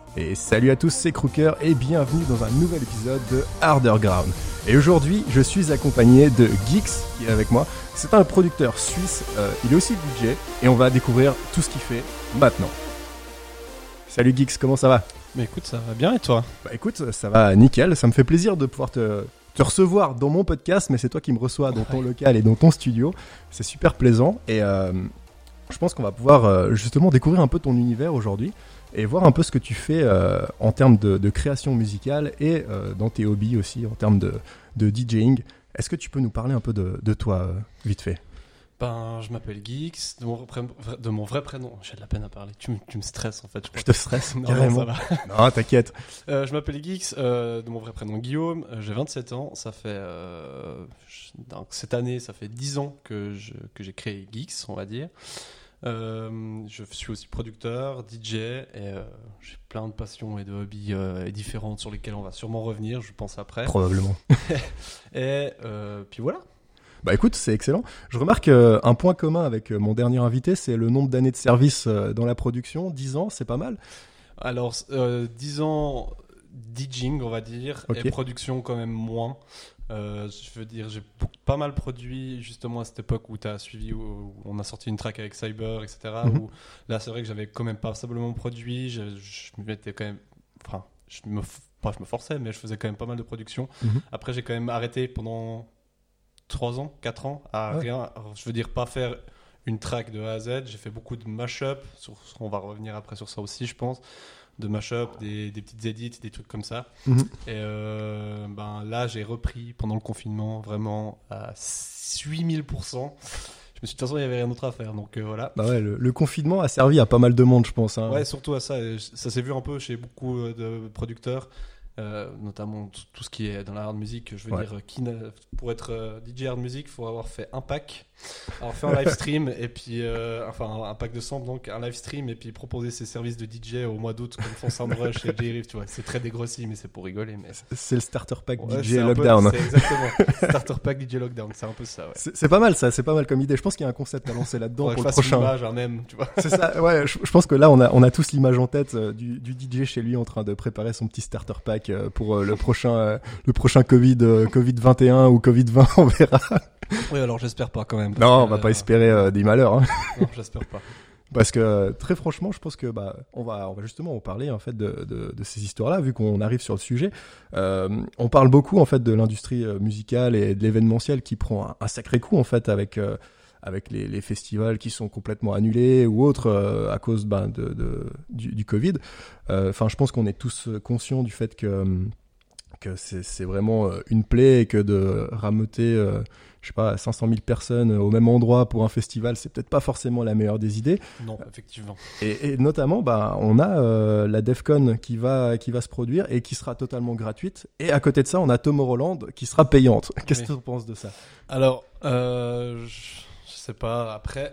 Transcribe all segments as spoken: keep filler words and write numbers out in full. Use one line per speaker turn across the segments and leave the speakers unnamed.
Et salut à tous, c'est Crooker et bienvenue dans un nouvel épisode de Underground. Et aujourd'hui, je suis accompagné de Geeks qui est avec moi. C'est un producteur suisse, euh, il est aussi D J et on va découvrir tout ce qu'il fait maintenant. Salut Geeks, comment ça va ?
Mais écoute, ça va bien et toi ?
Bah écoute, ça va nickel, ça me fait plaisir de pouvoir te, te recevoir dans mon podcast, mais c'est toi qui me reçois dans ton local et dans ton studio. C'est super plaisant et euh, je pense qu'on va pouvoir euh, justement découvrir un peu ton univers aujourd'hui. Et voir un peu ce que tu fais euh, en termes de, de création musicale et euh, dans tes hobbies aussi, en termes de, de DJing. Est-ce que tu peux nous parler un peu de, de toi, euh, vite fait ?
Ben, je m'appelle Geeks, de mon, vrai, de mon vrai prénom. J'ai de la peine à parler, tu, me- tu me stresses en fait. Je, crois.
Je te stresse,
Non,
carrément.
non, ça va.
Non, t'inquiète.
Euh, je m'appelle Geeks, euh, de mon vrai prénom Guillaume, euh, j'ai vingt-sept ans, ça fait... Euh, je- donc, cette année, ça fait dix ans que, je, que j'ai créé Geeks, on va dire. Euh, je suis aussi producteur, D J, et euh, j'ai plein de passions et de hobbies euh, différentes sur lesquels on va sûrement revenir, je pense après.
Probablement.
Et euh, puis voilà.
Bah écoute, c'est excellent. Je remarque euh, un point commun avec euh, mon dernier invité, c'est le nombre d'années de service euh, dans la production. dix ans, c'est pas mal.
Alors, euh, dix ans DJing, on va dire,
Ok.
et production quand même moins. Euh, je veux dire, j'ai beaucoup- pas mal produit justement à cette époque où tu as suivi, où, où on a sorti une track avec Cyber, et cetera.
Mhm.
Où, là, c'est vrai que j'avais quand même passablement produit. Je, je me mettais quand même. Enfin, je me, f- pas je me forçais, mais je faisais quand même pas mal de production.
Mhm.
Après, j'ai quand même arrêté pendant trois ans, quatre ans à
Ouais.
rien. Alors, je veux dire, pas faire une track de A à Z. J'ai fait beaucoup de mash-up. Sur, on va revenir après sur ça aussi, je pense. De mash-up, des, des petites edits, des trucs comme ça.
Mhm.
Et euh, ben, là, j'ai repris pendant le confinement vraiment à huit mille pour cent. Je me suis dit, de toute façon, il n'y avait rien d'autre à faire. Donc euh, voilà.
Bah ouais, le, le confinement a servi à pas mal de monde, je pense. Hein.
Ouais, surtout à ça. Et ça s'est vu un peu chez beaucoup euh, de producteurs, euh, notamment t- tout ce qui est dans la hard music. Je veux
Ouais.
dire, qui n'a- pour être euh, D J hard music, il faut avoir fait un pack, avoir fait un live stream, et puis, euh, enfin, un, un pack de samples, donc un live stream, et puis proposer ses services de D J au mois d'août, comme font Soundrush et J-Riff, tu vois. C'est très dégrossi, mais c'est pour rigoler. Mais...
C'est le starter pack
Ouais,
D J
c'est un peu-
Lockdown.
c'est exactement. Starter pack D J Lockdown, c'est un peu ça, ouais.
C'est, c'est pas mal ça, c'est pas mal comme idée. Je pense qu'il y a un concept à lancer là-dedans
Faudrait
pour
que
le
je fasse une
prochain.
image, un même, tu vois.
C'est ça, ouais, je, je pense que là on a, on a tous l'image en tête euh, du, du D J chez lui en train de préparer son petit starter pack euh, pour euh, le prochain, euh, le prochain Covid, euh, Covid vingt et un ou Covid vingt, on verra.
Oui, alors j'espère pas quand même. parce
Non, on
que,
va pas
euh,
espérer euh, des malheurs, hein.
Non, j'espère pas.
Parce que euh, très franchement, je pense que bah on va, on va justement en parler en fait de, de, de ces histoires-là, vu qu'on arrive sur le sujet. Euh, on parle beaucoup en fait de l'industrie euh, musicale et de l'événementiel qui prend un, un sacré coup en fait avec euh, avec les, les festivals qui sont complètement annulés ou autres euh, à cause ben, de, de du, du Covid. Enfin, je pense qu'on est tous conscients du fait que que c'est, c'est vraiment euh, une plaie et que de rameuter euh, je sais pas cinq cent mille personnes au même endroit pour un festival, c'est peut-être pas forcément la meilleure des idées.
Non, effectivement.
Et, et notamment, bah, on a euh, la DEFCON qui va, qui va se produire et qui sera totalement gratuite. Et à côté de ça, on a Tomorrowland qui sera payante. Qu'est-ce
Oui.
que tu penses de ça ?
Alors, euh, je, je sais pas, après,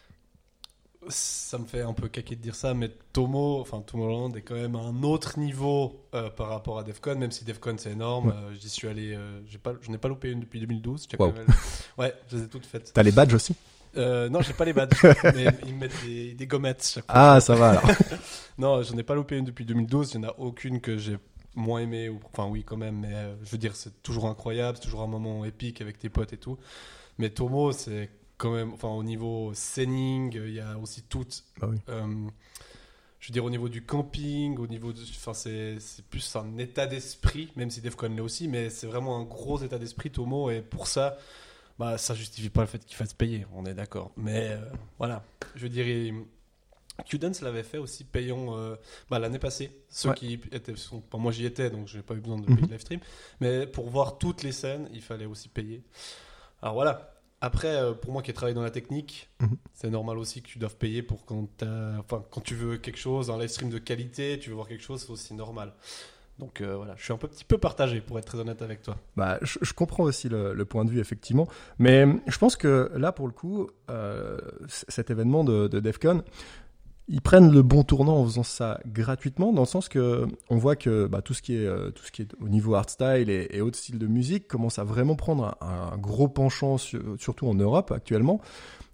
ça me fait un peu caquer de dire ça, mais Tomo, enfin Tomorrowland est quand même à un autre niveau euh, par rapport à Defcon, même si Defcon c'est énorme.
Ouais.
Euh, j'y suis allé, euh, j'ai pas, je n'ai pas loupé une depuis deux mille douze. J'ai
Wow.
quand même- Ouais, je les ai toutes faites.
T'as les badges aussi ?
Euh, non, j'ai pas les badges, mais ils me mettent des, des gommettes chaque fois.
Ah, ça va alors.
Non, j'en ai pas loupé une depuis deux mille douze. Il n'y en a aucune que j'ai moins aimée. Ou... Enfin, oui, quand même. Mais euh, je veux dire, c'est toujours incroyable. C'est toujours un moment épique avec tes potes et tout. Mais Tomo, c'est quand même. Enfin, au niveau scening, il y a aussi tout.
Bah oui.
euh, je veux dire, au niveau du camping, au niveau de. Enfin, c'est, c'est plus un état d'esprit, même si Defcon l'est aussi. Mais c'est vraiment un gros état d'esprit, Tomo. Et pour ça. Bah, ça justifie pas le fait qu'il fasse payer, on est d'accord. Mais euh, voilà, je veux dire, il- Q-Dance l'avait fait aussi payant euh, bah, l'année passée. Ceux
Ouais.
qui étaient, sont, enfin, moi j'y étais, donc j'ai pas eu besoin de
Mhm.
payer de live stream. Mais pour voir toutes les scènes, il fallait aussi payer. Alors voilà. Après, euh, pour moi qui ai travaillé dans la technique,
Mhm.
c'est normal aussi que tu doives payer pour quand, t'as- enfin, quand tu veux quelque chose, un live stream de qualité, tu veux voir quelque chose, c'est aussi normal. Donc euh, voilà, je suis un peu, petit peu partagé pour être très honnête avec toi.
Bah, je, je comprends aussi le, le point de vue, effectivement. Mais je pense que là, pour le coup, euh, c- cet événement de, de DEFCON, ils prennent le bon tournant en faisant ça gratuitement, dans le sens que on voit que bah, tout ce qui est euh, tout ce qui est au niveau hardstyle et, et autres styles de musique commence à vraiment prendre un, un gros penchant, sur- surtout en Europe actuellement.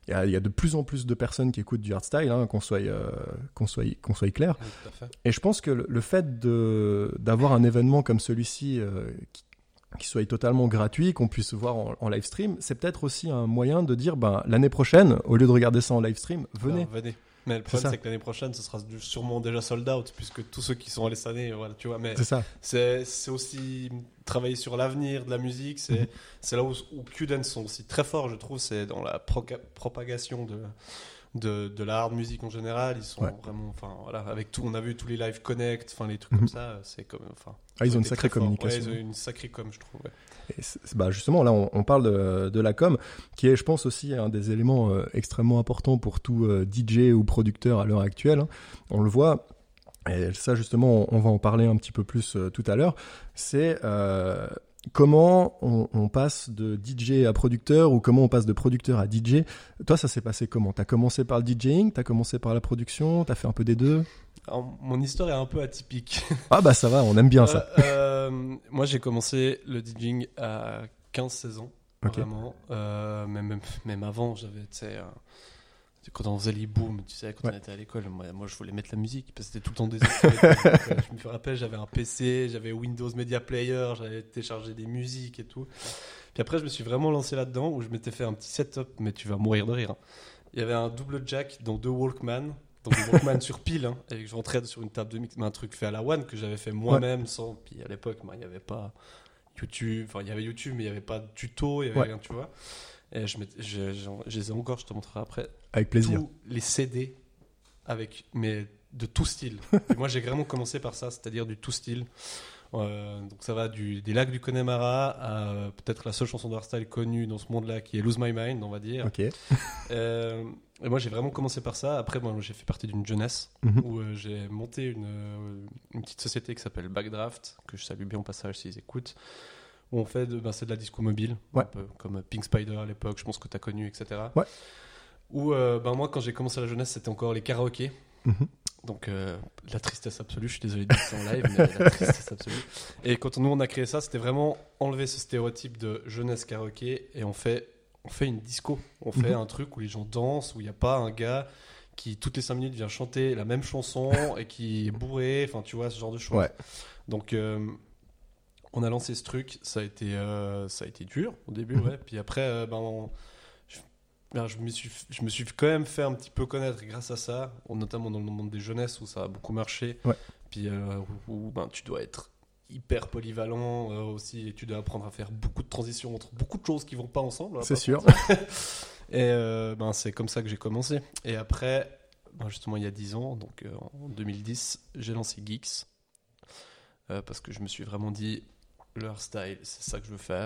il y a, il y a de plus en plus de personnes qui écoutent du hardstyle, hein, qu'on soit, euh, qu'on soit, qu'on soit clair.
Oui, tout à fait.
Et je pense que le, le fait de, d'avoir un événement comme celui-ci euh, qui, qui soit totalement gratuit, qu'on puisse voir en, en live stream, c'est peut-être aussi un moyen de dire, ben, l'année prochaine, au lieu de regarder ça en live stream, venez.
Alors, venez. Mais le
C'est
problème,
ça.
c'est, que l'année prochaine, ce sera sûrement déjà sold out, puisque tous ceux qui sont allés cette année, voilà, tu vois. Mais
C'est ça.
c'est, c'est aussi travailler sur l'avenir de la musique. C'est,
Mhm.
c'est là où, où Q-Dance sont aussi très forts, je trouve. C'est dans la proca- propagation de, de, de la hard music en général. Ils sont
Ouais.
vraiment, enfin, voilà, avec tout, on a vu tous les live connect, enfin, les trucs
Mhm.
comme ça. C'est comme, enfin.
Ah, ils ont une
été
sacrée
très forts.
communication.
Ouais, ils ont une sacrée com, je trouve. Ouais.
Et c'est- c'est- bah justement, là, on, on parle de, de la com, qui est, je pense, aussi un des éléments euh, extrêmement importants pour tout euh, D J ou producteur à l'heure actuelle, hein. On le voit, et ça, justement, on, on va en parler un petit peu plus euh, tout à l'heure. C'est euh, comment on, on passe de D J à producteur ou comment on passe de producteur à D J. Toi, ça s'est passé comment? T'as commencé par le DJing, t'as commencé par la production, t'as fait un peu des deux?
Alors, mon histoire est un peu atypique.
Ah bah ça va, on aime bien ça.
Euh, euh, moi, j'ai commencé le DJing à quinze seize ans,
Ok.
vraiment. Euh, même, même, même avant, j'avais, tu sais, euh, quand on faisait les booms, tu sais, quand
Ouais.
on était à l'école, moi, moi, je voulais mettre la musique, parce que c'était tout le temps des études. Donc, euh, je me rappelle, j'avais un P C, j'avais Windows Media Player, j'avais téléchargé des musiques et tout. Puis après, je me suis vraiment lancé là-dedans, où je m'étais fait un petit setup, mais tu vas mourir de rire, hein. Il y avait un double jack dans deux Walkman. Donc des Walkman sur pile, hein, et je rentrais sur une table de mix, mais un truc fait à la one que j'avais fait moi-même sans. Puis à l'époque, bah, il n'y avait pas YouTube, enfin il y avait YouTube, mais il n'y avait pas de tuto, il n'y avait
Ouais.
rien, tu vois. Et je, m'étais- je, je, je les ai encore, je te montrerai après.
Avec plaisir.
Tous les C D avec, mais de tout style. Et moi j'ai vraiment commencé par ça, c'est-à-dire du tout style. Euh, donc ça va du, des lacs du Connemara à euh, peut-être la seule chanson de hardstyle connue dans ce monde-là qui est Lose My Mind, on va dire.
Ok.
Euh, et moi j'ai vraiment commencé par ça. Après, moi j'ai fait partie d'une jeunesse
Mhm.
où euh, j'ai monté une, euh, une petite société qui s'appelle Backdraft, que je salue bien au passage s'ils écoutent, où on fait de, ben, c'est de la disco mobile,
Ouais.
un peu comme Pink Spider à l'époque, je pense que tu as connu, et cetera.
Ouais.
Où euh, ben, moi quand j'ai commencé la jeunesse, c'était encore les karaokés.
Mhm.
Donc euh, la tristesse absolue, je suis désolé de dire ça en live, mais la tristesse absolue. Et quand nous on a créé ça, c'était vraiment enlever ce stéréotype de jeunesse karaoké et on fait, on fait une disco. On fait
Mhm.
un truc où les gens dansent, où il n'y a pas un gars qui toutes les cinq minutes vient chanter la même chanson et qui est bourré, enfin tu vois, ce genre de choses.
Ouais.
Donc euh, on a lancé ce truc, ça a été, euh, ça a été dur au début,
Mhm.
ouais. Puis après, euh, ben, on- je, ben, je, me suis, je me suis quand même fait un petit peu connaître grâce à ça, notamment dans le monde des jeunesses où ça a beaucoup marché.
Ouais.
Puis euh, où, où, ben, tu dois être hyper polyvalent euh, aussi, et tu dois apprendre à faire beaucoup de transitions entre beaucoup de choses qui vont pas ensemble. on va
C'est
pas se
sûr.
mentir. Et euh, ben, c'est comme ça que j'ai commencé. Et après, ben, justement, il y a dix ans, donc euh, en deux mille dix, j'ai lancé Geeks. Euh, parce que je me suis vraiment dit, le hardstyle, c'est ça que je veux faire.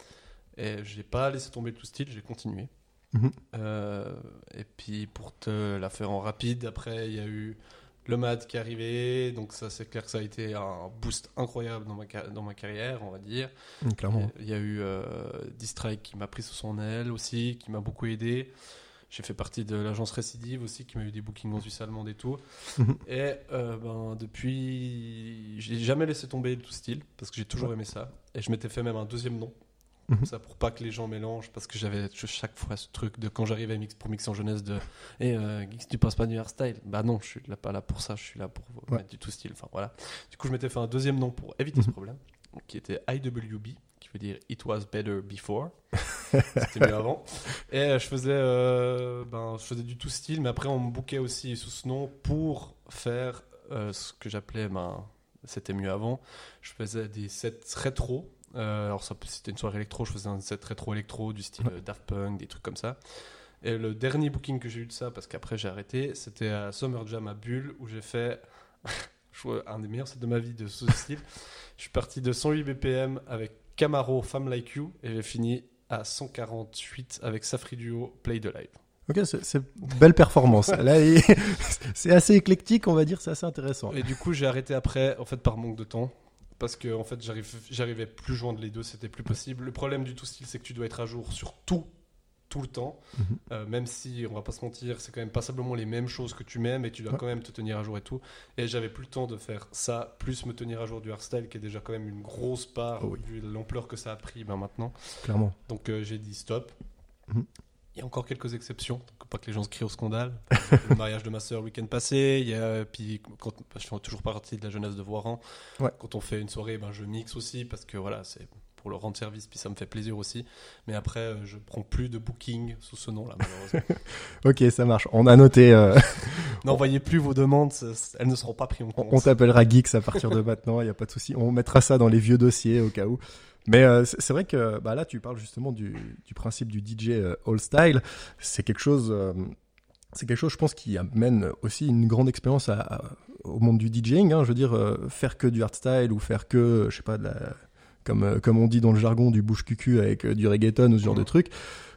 Et j'ai pas laissé tomber tout style, j'ai continué.
Mhm.
Euh, et puis pour te la faire en rapide, après il y a eu le M A D qui est arrivé, donc ça c'est clair que ça a été un boost incroyable dans ma, ca- dans ma carrière, on va dire.
Mhm, clairement.
Il y a eu euh, D-Strike qui m'a pris sous son aile aussi, qui m'a beaucoup aidé. J'ai fait partie de l'agence Récidive aussi, qui m'a eu des bookings en Suisse allemande et tout.
Mhm.
Et euh, ben, depuis, j'ai jamais laissé tomber tout style, parce que j'ai toujours
Ouais.
aimé ça. Et je m'étais fait même un deuxième nom,
Mhm.
comme ça, pour pas que les gens mélangent, parce que j'avais chaque fois ce truc de quand j'arrivais mix, pour mixer en jeunesse de « Eh, euh, Geeks, tu passes pas du hardstyle ?» Bah non, je suis là, pas là pour ça, je suis là pour
Ouais.
mettre du tout style. Enfin voilà. Du coup, je m'étais fait un deuxième nom pour éviter ce problème, qui était I W B, qui veut dire It Was Better Before. C'était mieux avant. Et euh, je faisais, euh, ben, je faisais du tout style, mais après on me bookait aussi sous ce nom pour faire euh, ce que j'appelais, ben, c'était mieux avant. Je faisais des sets rétro. Euh, alors ça, c'était une soirée électro, je faisais un set rétro électro du style euh, Daft Punk, des trucs comme ça. Et le dernier booking que j'ai eu de ça, parce qu'après j'ai arrêté, c'était à Summer Jam à Bulle, où j'ai fait je- un des meilleurs sets de ma vie de ce style. Je suis parti de cent huit B P M avec Camaro Femme Like You et j'ai fini à cent quarante-huit avec Safri Duo Play the Live.
Ok, c'est, c'est belle performance. Là, il- c'est assez éclectique, on va dire, c'est assez intéressant.
Et du coup, j'ai arrêté après, en fait, par manque de temps. Parce que, en fait, j'arrive, j'arrivais plus joindre les deux, c'était plus possible. Le problème du tout style, c'est que tu dois être à jour sur tout, tout le temps.
Mhm.
Euh, même si, on va pas se mentir, c'est quand même passablement les mêmes choses que tu mets, mais tu dois
Ouais.
quand même te tenir à jour et tout. Et j'avais plus le temps de faire ça, plus me tenir à jour du hardstyle, qui est déjà quand même une grosse part,
Oh oui.
vu l'ampleur que ça a pris ben, maintenant.
Clairement.
Donc, euh, j'ai dit stop.
Mhm.
Il y a encore quelques exceptions, donc pas que les gens se crient au scandale. Le mariage de ma sœur le week-end passé, il y a, puis quand, je fais toujours partie de la jeunesse de Voiran.
Ouais.
Quand on fait une soirée, ben, je mixe aussi parce que voilà, c'est pour le rendre service, puis ça me fait plaisir aussi. Mais après, euh, je prends plus de booking sous ce nom-là, malheureusement.
Ok, ça marche. On a noté. Euh...
N'envoyez plus vos demandes, elles ne seront pas prises en compte.
On t'appellera Geeks à partir de maintenant, il n'y a pas de souci. On mettra ça dans les vieux dossiers au cas où. Mais euh, c'est, c'est vrai que bah, là, tu parles justement du, du principe du D J euh, All Style. C'est quelque chose, euh, c'est quelque chose, je pense, qui amène aussi une grande expérience à, à, au monde du DJing. Hein. Je veux dire, euh, faire que du hardstyle ou faire que, je sais pas, de la, comme, euh, comme on dit dans le jargon, du bouche cucu avec euh, du reggaeton ou ce genre mmh. de trucs.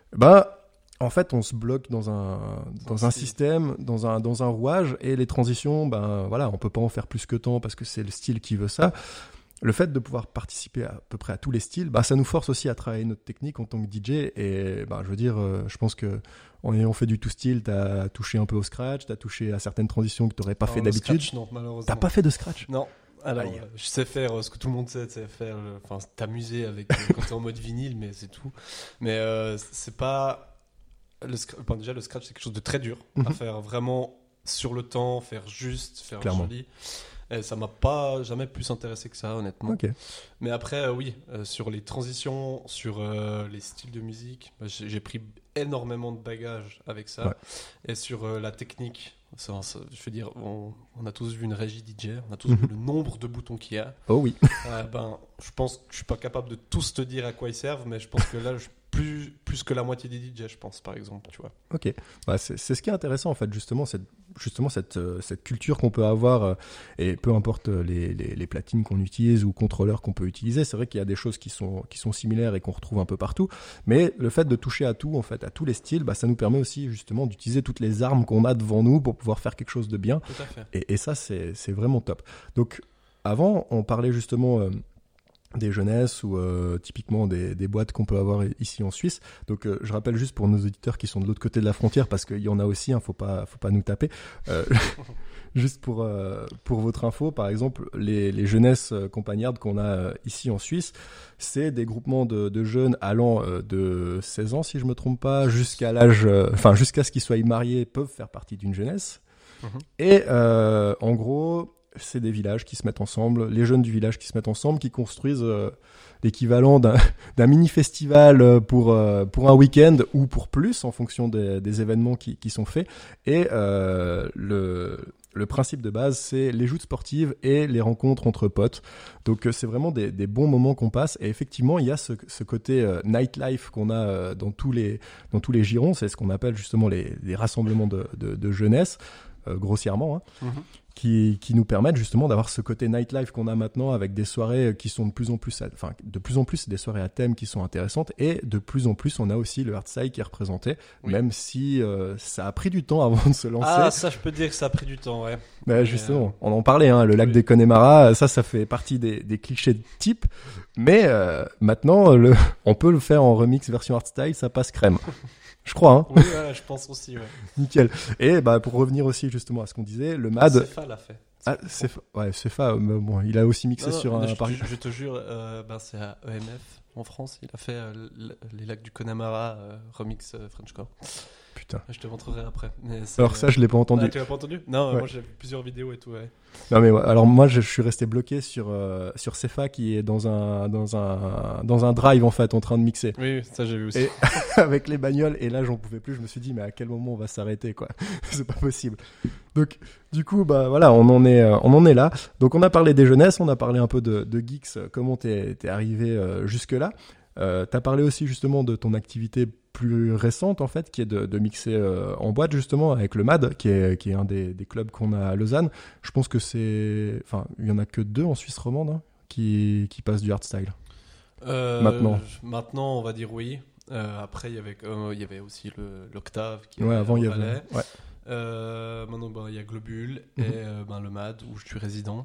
Bah, en fait, on se bloque dans un dans un, un système, dans un dans un rouage, et les transitions, ben voilà, on peut pas en faire plus que tant parce que c'est le style qui veut ça. Le fait de pouvoir participer à, à peu près à tous les styles, bah, ça nous force aussi à travailler notre technique en tant que D J. Et bah, je veux dire, euh, je pense que en ayant fait du tout style, t'as touché un peu au scratch, t'as touché à certaines transitions que t'aurais pas
non,
fait d'habitude.
Scratch, non, malheureusement.
T'as pas fait de scratch?
Non. Alors,
Aïe.
euh, je sais faire euh, ce que tout le monde sait, c'est faire, euh, enfin, t'amuser avec euh, quand t'es en mode vinyle, mais c'est tout. Mais euh, c'est pas le scratch. Enfin, déjà, le scratch c'est quelque chose de très dur mm-hmm. à faire vraiment sur le temps, faire juste, faire
Clairement.
joli. Et ça m'a pas jamais plus intéressé que ça, honnêtement.
Okay.
Mais après, euh, oui, euh, sur les transitions, sur euh, les styles de musique, bah, j'ai, j'ai pris énormément de bagages avec ça.
Ouais.
Et sur euh, la technique, ça, ça, je veux dire, on, on a tous vu une régie D J, on a tous
mm-hmm.
vu le nombre de boutons qu'il y a.
Oh oui.
euh, ben, je pense que je suis pas capable de tous te dire à quoi ils servent, mais je pense que là, je plus plus que la moitié des D J, je pense, par exemple, tu vois.
Ok, bah, c'est, c'est ce qui est intéressant en fait, justement cette justement cette euh, cette culture qu'on peut avoir euh, et peu importe les, les les platines qu'on utilise ou contrôleurs qu'on peut utiliser, c'est vrai qu'il y a des choses qui sont qui sont similaires et qu'on retrouve un peu partout, mais le fait de toucher à tout en fait, à tous les styles, bah ça nous permet aussi justement d'utiliser toutes les armes qu'on a devant nous pour pouvoir faire quelque chose de bien.
Tout à fait.
Et, et ça c'est c'est vraiment top. Donc avant on parlait justement euh, des jeunesses ou euh, typiquement des, des boîtes qu'on peut avoir ici en Suisse. Donc euh, je rappelle juste pour nos auditeurs qui sont de l'autre côté de la frontière, parce qu'il y en a aussi, hein, faut pas, faut pas nous taper. Euh, juste pour euh, pour votre info, par exemple, les, les jeunesses euh, compagnardes qu'on a euh, ici en Suisse, c'est des groupements de, de jeunes allant euh, de seize ans, si je me trompe pas, jusqu'à l'âge, enfin euh, jusqu'à ce qu'ils soient mariés, peuvent faire partie d'une jeunesse. Mm-hmm. Et euh, en gros, c'est des villages qui se mettent ensemble, les jeunes du village qui se mettent ensemble, qui construisent euh, l'équivalent d'un, d'un mini-festival pour, euh, pour un week-end ou pour plus en fonction des, des événements qui, qui sont faits. Et euh, le, le principe de base, c'est les joutes sportives et les rencontres entre potes. Donc c'est vraiment des, des bons moments qu'on passe. Et effectivement, il y a ce, ce côté euh, nightlife qu'on a euh, dans, tous les, dans tous les girons. C'est ce qu'on appelle justement les, les rassemblements de, de, de jeunesse, euh, grossièrement, hein. Mm-hmm. Qui, qui nous permettent justement d'avoir ce côté nightlife qu'on a maintenant avec des soirées qui sont de plus en plus, à, enfin de plus en plus des soirées à thème qui sont intéressantes, et de plus en plus on a aussi le hardstyle qui est représenté, oui. Même si euh, ça a pris du temps avant de se lancer.
Ah ça je peux te dire que ça a pris du temps, ouais.
Bah, justement, euh... on en parlait, hein, le lac oui. des Connemara, ça ça fait partie des, des clichés de type, mais euh, maintenant le, on peut le faire en remix version hardstyle, ça passe crème. Je crois, hein.
Oui, ouais, je pense aussi, ouais.
Nickel. Et bah pour revenir aussi justement à ce qu'on disait, le M A D.
Cefa l'a fait.
Ah, Cefa, ouais, Cefa, mais bon, il a aussi mixé
non, non,
sur un.
Je,
par...
je, je te jure, euh, ben c'est à E M F en France, il a fait euh, les lacs du Connemara euh, remix euh, Frenchcore.
Putain.
Je te montrerai après. Mais
alors ça, je l'ai pas entendu.
Ah, tu l'as pas entendu ? Non,
ouais.
Moi j'ai vu plusieurs vidéos et tout. Ouais.
Non mais ouais, alors moi je, je suis resté bloqué sur euh, sur Cefa qui est dans un dans un dans un drive en fait en train de mixer.
Oui, ça j'ai vu aussi.
Et avec les bagnoles, et là j'en pouvais plus. Je me suis dit mais à quel moment on va s'arrêter quoi ? C'est pas possible. Donc du coup bah voilà, on en est euh, on en est là. Donc on a parlé des jeunesses, on a parlé un peu de, de Geeks. Comment t'es t'es arrivé euh, jusque là ? Euh, t'as parlé aussi justement de ton activité plus récente en fait, qui est de, de mixer euh, en boîte justement avec le M A D, qui est qui est un des, des clubs qu'on a à Lausanne. Je pense que c'est, enfin, il y en a que deux en Suisse romande hein, qui qui passent du hardstyle.
Euh,
maintenant.
Maintenant, on va dire oui. Euh, après, il y avait euh, il y avait aussi le l'Octave qui
ouais, avant il y avait. Ouais.
Euh, maintenant, ben, il y a Globule mm-hmm. et euh, ben, le M A D où je suis résident.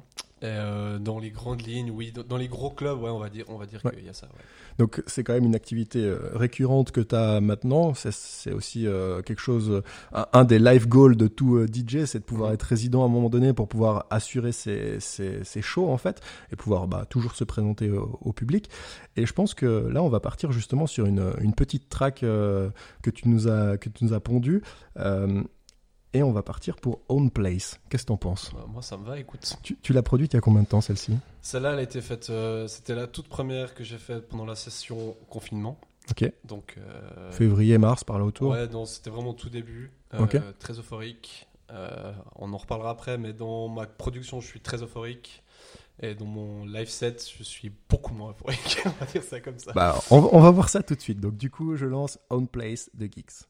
Et euh, dans les grandes lignes, oui, dans, dans les gros clubs, ouais, on va dire, on va dire
Ouais.
qu'il y a ça. Ouais.
Donc c'est quand même une activité euh, récurrente que tu as maintenant. C'est, c'est aussi euh, quelque chose, euh, un, un des life goals de tout euh, D J, c'est de pouvoir
Mhm.
être résident à un moment donné pour pouvoir assurer ses, ses, ses shows en fait et pouvoir bah, toujours se présenter au, au public. Et je pense que là on va partir justement sur une, une petite track euh, que tu nous as que tu nous as pondue. Euh, Et on va partir pour Own Place. Qu'est-ce que t'en penses ?
Bah, moi, ça me va, écoute.
Tu, tu l'as produite il y a combien de temps, celle-ci ?
Celle-là, elle a été faite, euh, c'était la toute première que j'ai faite pendant la session confinement.
Ok.
Donc, euh,
Février, mars, par là autour.
ouais, non, c'était vraiment au tout début. Euh,
Ok.
Très euphorique. Euh, on en reparlera après, mais dans ma production, je suis très euphorique. Et dans mon live set, je suis beaucoup moins euphorique. On va dire ça comme ça.
Bah, on, va- on va voir ça tout de suite. Donc, du coup, je lance Own Place de Geeks.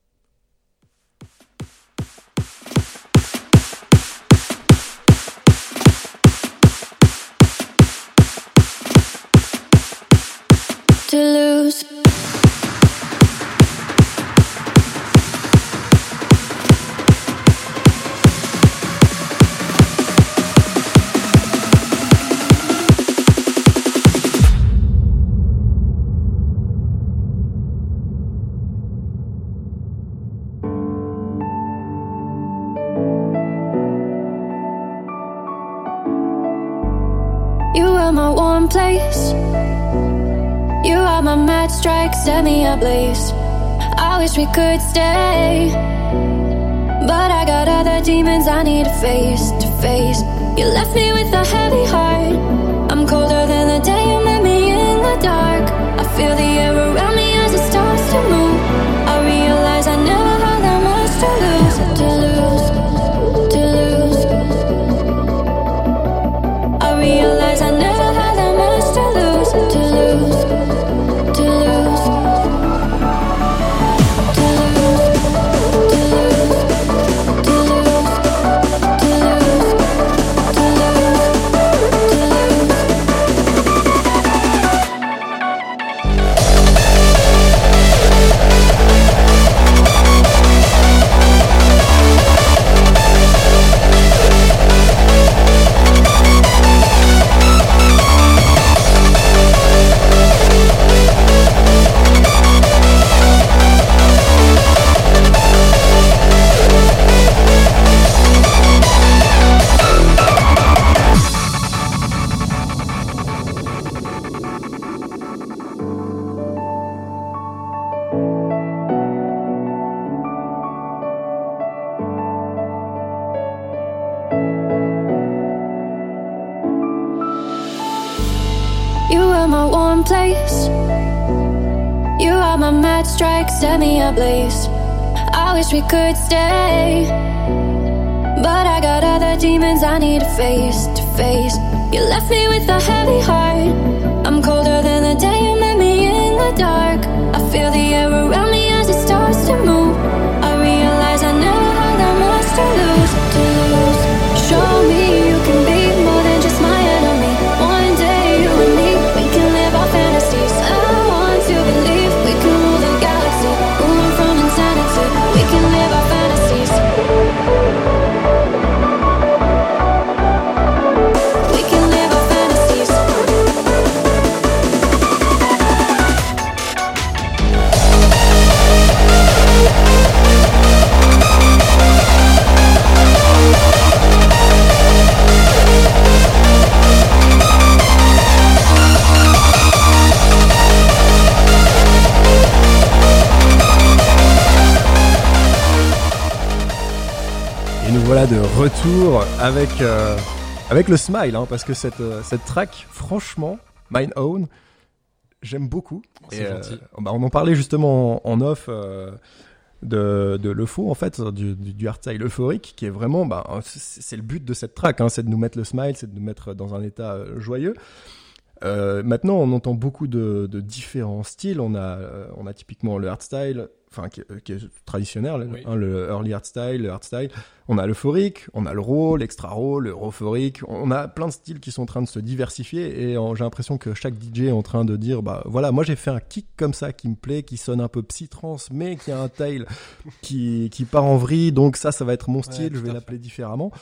To lose. You are my one place. You are my mad strike, set me ablaze. I wish we could stay, but I got other demons I need to face, to face. You left me with a heavy heart. I'm colder than the day you met me in the dark. I feel the air around me as it starts to move. I realize I never had that much to lose, to lose, to lose. I realize I never had that much to lose, to lose. To lose, to lose, to lose, to lose, to lose, to You are my one place. You are my mad strike, set me ablaze. I wish we could stay, but I got other demons I need to face, to face. You left me with a heavy heart. I'm colder than the day you met me in the dark. I feel the air around me as it starts to move. I realize I never had that much to lose, to lose. Show me you can be more than just my enemy. One day you and me, we can live our fantasies. I want to believe we can rule the galaxy, moving from insanity. We can live our fantasies. We can live our fantasies.
Et nous voilà de retour avec, euh, avec le smile, hein, parce que cette, euh, cette track, franchement, Mine Own, j'aime beaucoup.
C'est
Et,
gentil.
euh, bah, on en parlait justement en, en off euh, de, de l'eupho, en fait, du, du, du hardstyle euphorique, qui est vraiment, bah, c'est, c'est le but de cette track, hein, c'est de nous mettre le smile, c'est de nous mettre dans un état euh, joyeux. Euh, maintenant, on entend beaucoup de, de différents styles. On a, euh, on a typiquement le hardstyle, enfin qui, est- qui est traditionnel,
Oui.
hein, le early hardstyle, le hardstyle. On a l'euphorique, on a le raw, l'extra raw, le euphorique. On a plein de styles qui sont en train de se diversifier et euh, j'ai l'impression que chaque D J est en train de dire, bah voilà, moi j'ai fait un kick comme ça qui me plaît, qui sonne un peu psytrance, mais qui a un tail qui qui part en vrille. Donc ça, ça va être mon style.
tout
je vais
à
l'appeler différemment.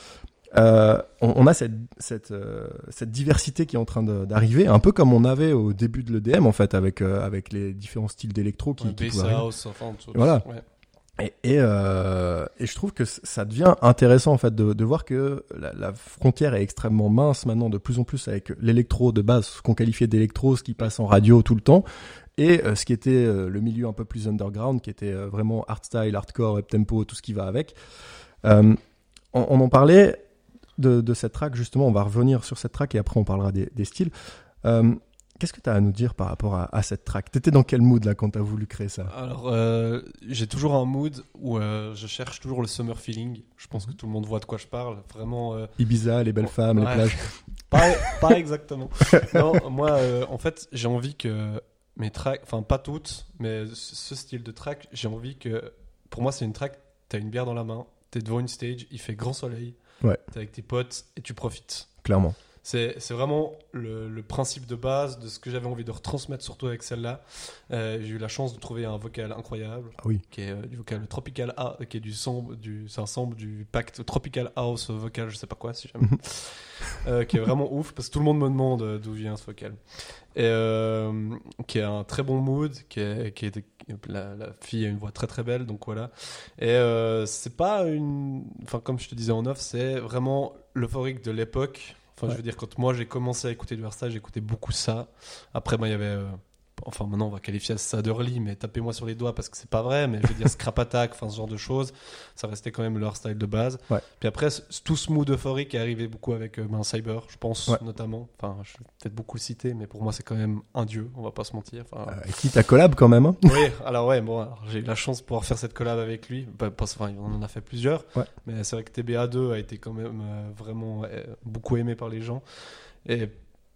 euh, on, on a cette cette euh, cette diversité qui est en train de, d'arriver, un peu comme on avait au début de l'E D M en fait, avec euh, avec les différents styles d'électro qui,
Ouais,
qui
bass
pouvaient arriver.
house, enfin, tout-
Voilà.
ouais.
Et et, euh, et je trouve que c- ça devient intéressant en fait de, de voir que la, la frontière est extrêmement mince maintenant, de plus en plus avec l'électro de base, ce qu'on qualifiait d'électro, ce qui passe en radio tout le temps, et euh, ce qui était euh, le milieu un peu plus underground, qui était euh, vraiment hardstyle, hardcore, up-tempo, tout ce qui va avec. Euh, on, on en parlait de, de cette track justement, on va revenir sur cette track et après on parlera des, des styles. Euh, Qu'est-ce que tu as à nous dire par rapport à, à cette track? T'étais dans quel mood là quand t'as voulu créer ça?
Alors, euh, j'ai toujours un mood où euh, je cherche toujours le summer feeling. Je pense que tout le monde voit de quoi je parle. Vraiment. Euh,
Ibiza, les belles
Ouais.
femmes, les plages.
pas, pas exactement. Non, moi, euh, en fait, j'ai envie que mes tracks, enfin pas toutes, mais ce ce style de track, j'ai envie que, pour moi, c'est une track. T'as une bière dans la main, t'es devant une stage, il fait grand soleil,
Ouais.
t'es avec tes potes et tu profites.
Clairement.
C'est, c'est vraiment le, le principe de base de ce que j'avais envie de retransmettre, surtout avec celle-là. Euh, j'ai eu la chance de trouver un vocal incroyable,
Ah oui.
qui est euh, du vocal Tropical A, qui est du sample, du, c'est un sample du pacte Tropical House vocal, je sais pas quoi, si jamais. euh, qui est vraiment ouf, parce que tout le monde me demande euh, d'où vient ce vocal. Et euh, qui a un très bon mood, qui est, qui est la, la fille a une voix très très belle, donc voilà. Et euh, c'est pas une, enfin comme je te disais en off, c'est vraiment l'euphorique de l'époque. Enfin,
Ouais.
je veux dire, quand moi j'ai commencé à écouter du hardstyle, j'écoutais beaucoup ça. Après, moi, il y avait. euh, Enfin, maintenant, on va qualifier ça d'early, mais tapez-moi sur les doigts parce que c'est pas vrai. Mais je veux dire, Scrap Attack, enfin, ce genre de choses, ça restait quand même le hardstyle de base.
Ouais.
Puis après, c- tout ce mood euphorique est arrivé beaucoup avec euh, ben, Cyber, je pense,
Ouais.
notamment. Enfin, je vais peut-être beaucoup le citer, mais pour moi, c'est quand même un dieu, on va pas se mentir. Enfin,
Euh, qui t'a collab quand même, hein?
oui, alors ouais, bon, alors, j'ai eu la chance de pouvoir faire cette collab avec lui. Bah, parce, enfin, on en a fait plusieurs.
Ouais.
Mais c'est vrai que T B A deux a été quand même euh, vraiment euh, beaucoup aimé par les gens. Et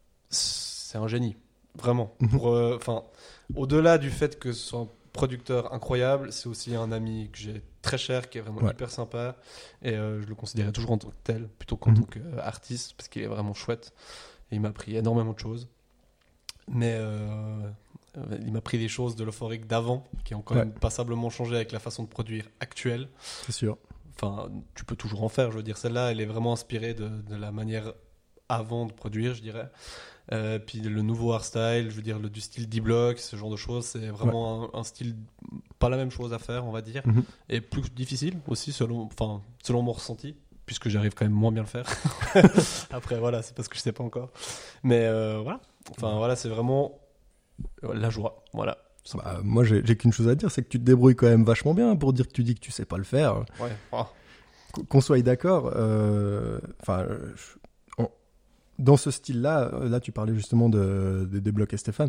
c'est un génie, vraiment.
Mhm.
Pour, euh, enfin, au-delà du fait que ce soit un producteur incroyable, c'est aussi un ami que j'ai très cher, qui est vraiment
Ouais.
hyper sympa. Et euh, je le considérais toujours en tant que tel, plutôt qu'en
Mhm.
tant qu'artiste, parce qu'il est vraiment chouette. Et il m'a appris énormément de choses. Mais euh, il m'a pris des choses de l'euphorique d'avant, qui ont quand
Ouais.
même passablement changé avec la façon de produire actuelle.
C'est sûr.
Enfin, tu peux toujours en faire. Je veux dire, celle-là, elle est vraiment inspirée de, de la manière avant de produire, je dirais. Euh, puis le nouveau hardstyle, je veux dire, le, du style D-Block, ce genre de choses, c'est vraiment un, un style, pas la même chose à faire, on va dire,
Mhm.
et plus difficile aussi, selon, enfin, selon mon ressenti, puisque j'arrive quand même moins bien à le faire. Après, voilà, c'est parce que je sais pas encore. Mais euh, voilà, enfin, voilà, c'est vraiment euh, la joie, voilà.
Bah, moi, j'ai, j'ai qu'une chose à dire, c'est que tu te débrouilles quand même vachement bien pour dire que tu dis que tu sais pas le faire.
Ouais. Ah.
Qu'on soit d'accord, euh, enfin, je- on- dans ce style-là, euh, là, tu parlais justement de, de, des blocs et Stéphane.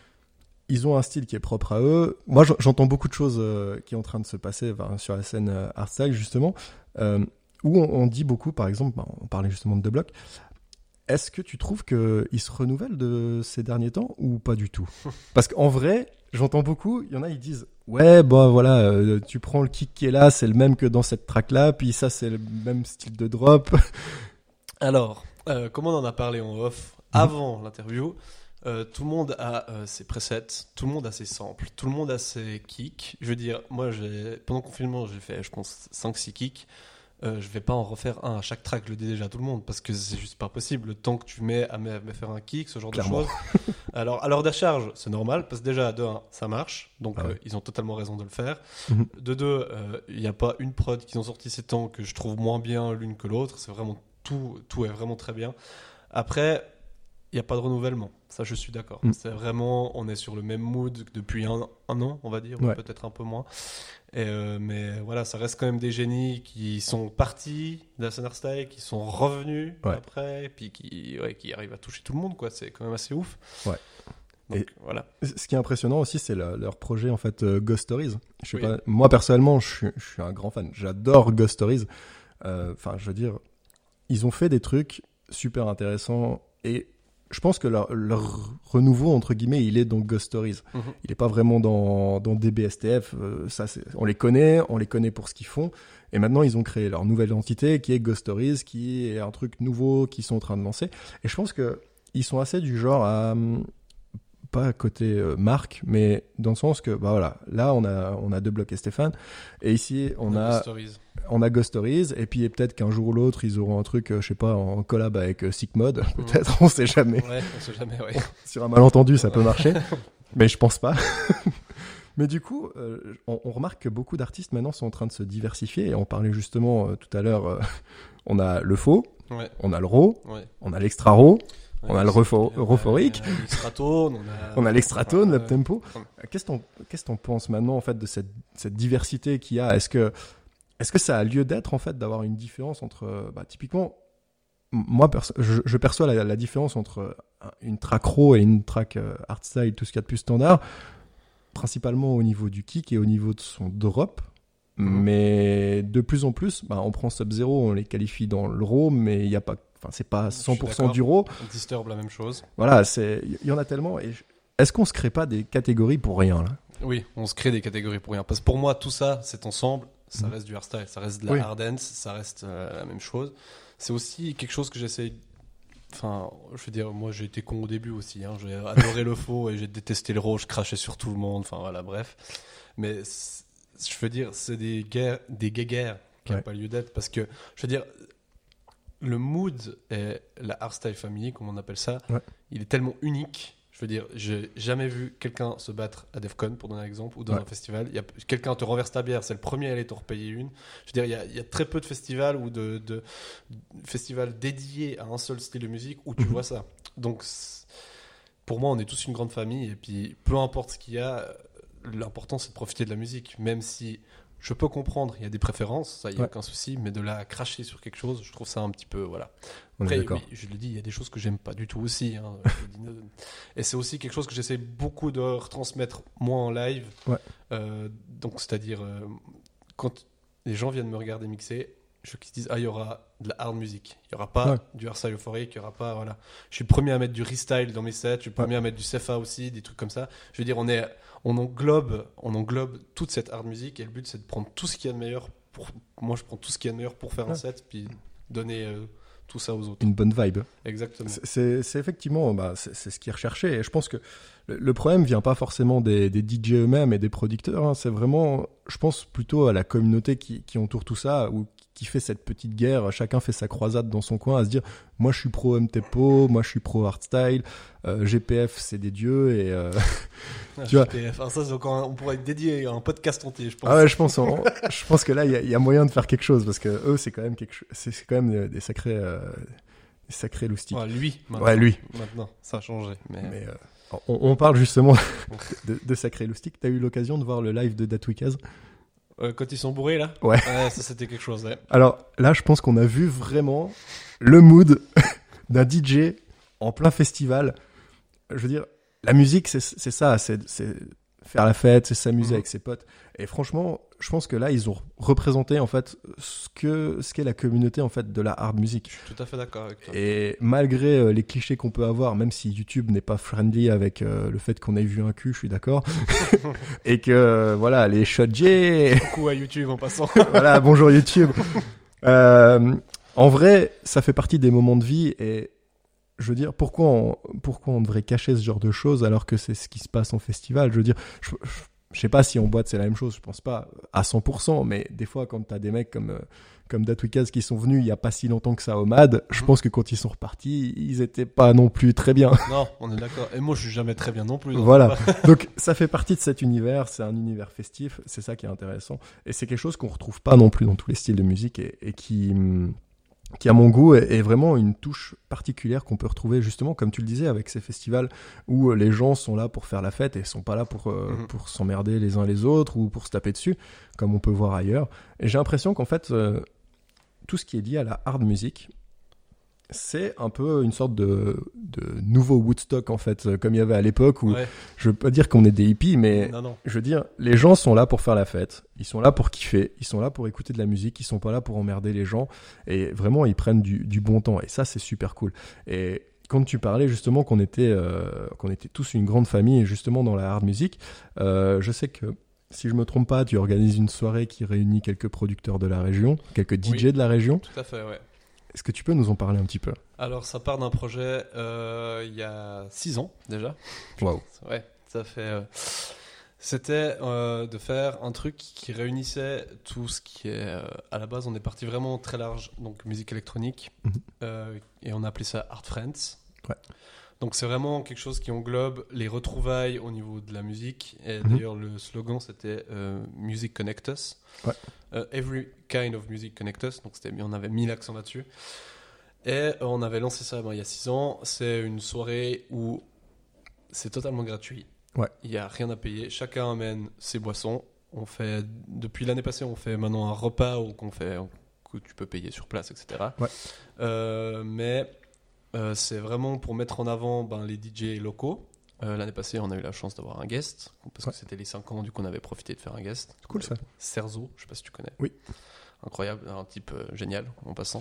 Ils ont un style qui est propre à eux. Moi, j'en- j'entends beaucoup de choses euh, qui sont en train de se passer enfin, sur la scène euh, hardstyle, justement, euh, où on, on dit beaucoup, par exemple, bah, on parlait justement de The Block. Est-ce que tu trouves qu'ils se renouvellent de ces derniers temps ou pas du tout? Parce qu'en vrai, j'entends beaucoup, il y en a, ils disent ouais, bon voilà, euh, tu prends le kick qui est là, c'est le même que dans cette track-là, puis ça, c'est le même style de drop.
Alors, euh, comme on en a parlé en off avant l'interview, euh, tout le monde a euh, ses presets, tout le monde a ses samples, tout le monde a ses kicks. Je veux dire, moi, j'ai, pendant le confinement, j'ai fait, je pense, cinq six kicks. Euh, je vais pas en refaire un à chaque track, je le dis déjà à tout le monde, parce que c'est juste pas possible. Le temps que tu mets à me, à me faire un kick, ce genre
Clairement.
de choses. Alors, à l'heure d'acharge, c'est normal, parce que déjà, de un, ça marche, donc
Ah ouais.
euh, ils ont totalement raison de le faire.
Mhm.
De deux, il n'y a pas une prod qu'ils ont sorti ces temps que je trouve moins bien l'une que l'autre. C'est vraiment tout, tout est vraiment très bien. Après, il n'y a pas de renouvellement. Ça, je suis d'accord.
Mm.
C'est vraiment, on est sur le même mood que depuis un, un an, on va dire, ou
Ouais.
peut-être un peu moins. Et euh, mais voilà, ça reste quand même des génies qui sont partis de la scène hardstyle, qui sont revenus
Ouais.
après, et puis qui, ouais, qui arrivent à toucher tout le monde, quoi. C'est quand même assez ouf.
Ouais.
Donc,
Et-
voilà.
Ce qui est impressionnant aussi, c'est le- leur projet en fait euh, Ghost Stories. Je sais
Oui.
pas, moi personnellement, je suis, je suis un grand fan. J'adore Ghost Stories. Euh, Enfin, je veux dire, ils ont fait des trucs super intéressants et je pense que leur, leur renouveau entre guillemets, il est dans Ghost Stories.
Mhm.
Il est pas vraiment dans dans D B S T F. Euh, ça, c'est, on les connaît, on les connaît pour ce qu'ils font. Et maintenant, ils ont créé leur nouvelle entité qui est Ghost Stories, qui est un truc nouveau qu'ils sont en train de lancer. Et je pense que ils sont assez du genre à hum, pas côté euh, marque, mais dans le sens que bah voilà, là on a on a deux blocs et Stéphane, et ici on,
On a
a
Ghost Stories.
on a Ghost Stories, et puis peut-être qu'un jour ou l'autre ils auront un truc, euh, je sais pas, en collab avec euh, Sick Mode, peut-être, on sait jamais.
Ouais, on sait jamais, ouais.
Sur un malentendu, ça peut marcher, mais je pense pas. Mais du coup, euh, on, on remarque que beaucoup d'artistes maintenant sont en train de se diversifier, et on parlait justement euh, tout à l'heure, euh, on a le faux,
Ouais,
on a le raw,
ouais.
on a l'extra raw,
Ouais,
on a le refo-
on a
euphorique.
l'extratone, on a...
on a l'extratone,
Ouais,
l'uptempo.
ouais.
Qu'est-ce que t'en, qu'est-ce que t'en penses maintenant en fait de cette, cette diversité qu'il y a? Est-ce que, est-ce que ça a lieu d'être en fait d'avoir une différence entre, bah, typiquement, moi perso- je, je perçois la, la différence entre une track raw et une track euh, hardstyle, tout ce qu'il y a de plus standard, principalement au niveau du kick et au niveau de son drop.
Mhm.
Mais de plus en plus, bah, on prend Sub-Zero, on les qualifie dans le raw, mais il y a pas, enfin c'est pas
Je suis
cent pour cent
d'accord.
du raw.
Disturb, la même chose.
Voilà, c'est, il y en a tellement. Et je- est-ce qu'on se crée pas des catégories pour rien là?
Oui, on se crée des catégories pour rien. Parce que pour moi, tout ça, cet ensemble, ça
Mhm.
reste du hardstyle, ça reste de la
Oui.
hard dance, ça reste euh, la même chose. C'est aussi quelque chose que j'essaie. Enfin, je veux dire, moi j'ai été con au début aussi. Hein. J'ai adoré le faux et j'ai détesté le raw, je crachais sur tout le monde. Enfin voilà, bref. Mais c'est- je veux dire, c'est des guerres, des guéguerres qui n'ont
Ouais.
pas lieu d'être parce que, je veux dire, le mood et la hardstyle family, comme on appelle ça,
Ouais.
il est tellement unique. Je veux dire, j'ai jamais vu quelqu'un se battre à Defcon, pour donner un exemple, ou dans
Ouais.
un festival. Il y a quelqu'un te renverse ta bière, c'est le premier à aller te repayer une. Je veux dire, il y a, il y a très peu de festivals ou de, de festivals dédiés à un seul style de musique où tu
Mhm.
vois ça. Donc, c'est- pour moi, on est tous une grande famille. Et puis, peu importe ce qu'il y a, l'important c'est de profiter de la musique. Même si je peux comprendre, il y a des préférences, ça, il n'y a
Ouais.
aucun souci. Mais de là à cracher sur quelque chose, je trouve ça un petit peu. Voilà.
On est
Après,
d'accord.
oui, je le dis, il y a des choses que j'aime pas du tout aussi. Hein. Je le dis, ne- Et c'est aussi quelque chose que j'essaie beaucoup de retransmettre moi en live.
Ouais.
Euh, donc, c'est-à-dire, euh, quand les gens viennent me regarder mixer, je veux qu'ils se disent, ah, il y aura de la hard music. Il y aura pas
Ouais.
du hardstyle euphorique, il y aura pas, voilà. Je suis le premier à mettre du restyle dans mes sets, je suis le
Ouais.
premier à mettre du Cefa aussi, des trucs comme ça. Je veux dire, on est, on englobe, on englobe toute cette hard music et le but c'est de prendre tout ce qu'il y a de meilleur pour, moi je prends tout ce qu'il y a de meilleur pour faire un
Ouais.
set, puis donner euh, tout ça aux autres.
Une bonne vibe.
Exactement.
C'est- C'est, c'est effectivement, bah, c'est, c'est ce qui est recherché. Et je pense que le, le problème vient pas forcément des, des D J eux-mêmes et des producteurs. Hein. C'est vraiment, je pense plutôt à la communauté qui, qui entoure tout ça, ou qui fait cette petite guerre. Chacun fait sa croisade dans son coin à se dire, moi je suis pro M-Tempo, moi je suis pro hardstyle, euh, G P F c'est des dieux et euh, tu vois.
G P F. Alors ça, c'est encore un- on pourrait dédier un podcast entier, je pense.
Ah ouais, je pense, on- je pense que là il y a, il y a moyen de faire quelque chose parce que eux c'est quand même quelque chose, c'est, c'est quand même des, des sacrés, euh, des sacrés loustiques.
Ouais, lui, maintenant.
Ouais, lui.
Maintenant, ça a changé. Mais...
Mais euh, on, on parle justement de, de sacrés loustiques. T'as eu l'occasion de voir le live de Datwikaz?
Euh, quand ils sont bourrés, là
Ouais.
ça c'était quelque chose, ouais.
Alors là, je pense qu'on a vu vraiment le mood d'un D J en plein festival. Je veux dire, la musique, c'est, c'est ça, c'est, c'est faire la fête, c'est s'amuser
Mhm.
avec ses potes. Et franchement, je pense que là, ils ont représenté en fait ce que ce qu'est la communauté en fait de la hard music.
Je suis tout à fait d'accord avec toi.
Et malgré euh, les clichés qu'on peut avoir, même si YouTube n'est pas friendly avec euh, le fait qu'on ait vu un cul, je suis d'accord, et que euh, voilà, les shots J,
Coucou à YouTube en passant.
voilà, bonjour YouTube. Euh, en vrai, ça fait partie des moments de vie et je veux dire, pourquoi on, pourquoi on devrait cacher ce genre de choses alors que c'est ce qui se passe en festival? Je veux dire, je, je, je sais pas si en boîte c'est la même chose, je pense pas à cent pour cent, mais des fois quand t'as des mecs comme euh, comme Datwikaz qui sont venus il y a pas si longtemps que ça au M A D, je pense que quand ils sont repartis, ils étaient pas non plus très bien.
Non, on est d'accord. Et moi, je suis jamais très bien non plus. donc
Voilà.
faut pas-
Donc ça fait partie de cet univers, c'est un univers festif, c'est ça qui est intéressant. Et c'est quelque chose qu'on retrouve pas non plus dans tous les styles de musique et, et qui, hum, qui à mon goût est, est vraiment une touche particulière qu'on peut retrouver justement, comme tu le disais, avec ces festivals où les gens sont là pour faire la fête et sont pas là pour, euh,
Mhm.
pour s'emmerder les uns les autres ou pour se taper dessus, comme on peut voir ailleurs. Et j'ai l'impression qu'en fait, euh, tout ce qui est lié à la hard music, c'est un peu une sorte de, de nouveau Woodstock en fait, comme il y avait à l'époque où
Ouais.
je veux pas dire qu'on est des hippies, mais
Non, non.
je veux dire, les gens sont là pour faire la fête, ils sont là pour kiffer, ils sont là pour écouter de la musique, ils sont pas là pour emmerder les gens, et vraiment ils prennent du, du bon temps, et ça c'est super cool. Et quand tu parlais justement qu'on était, euh, qu'on était tous une grande famille, justement dans la hard music, euh, je sais que si je me trompe pas, tu organises une soirée qui réunit quelques producteurs de la région, quelques D J
Oui.
de la région.
Tout à fait, ouais.
Est-ce que tu peux nous en parler un petit peu?
Alors, ça part d'un projet euh, il y a six ans déjà.
Waouh.
Ouais, ça fait. Euh, c'était euh, de faire un truc qui réunissait tout ce qui est. Euh, à la base, on est parti vraiment très large, donc musique électronique,
Mhm.
euh, et on appelait ça Art Friends.
Ouais.
Donc, c'est vraiment quelque chose qui englobe les retrouvailles au niveau de la musique. Et
Mhm.
d'ailleurs, le slogan c'était euh, Music Connect Us.
Ouais.
Euh, every kind of music connect us. Donc, c'était, on avait mis l'accent là-dessus. Et euh, on avait lancé ça ben, il y a six ans. C'est une soirée où c'est totalement gratuit.
Ouais.
Il n'y a rien à payer. Chacun amène ses boissons. On fait, depuis l'année passée, on fait maintenant un repas où qu'on fait, que tu peux payer sur place, et cetera.
Ouais.
Euh, mais euh, c'est vraiment pour mettre en avant ben, les D J locaux. Euh, l'année passée, on a eu la chance d'avoir un guest, parce
Ouais.
que c'était les cinq ans, du coup on avait profité de faire un guest.
C'est cool ça.
Serzo, je sais pas si tu connais.
Oui.
Incroyable, un type euh, génial en passant.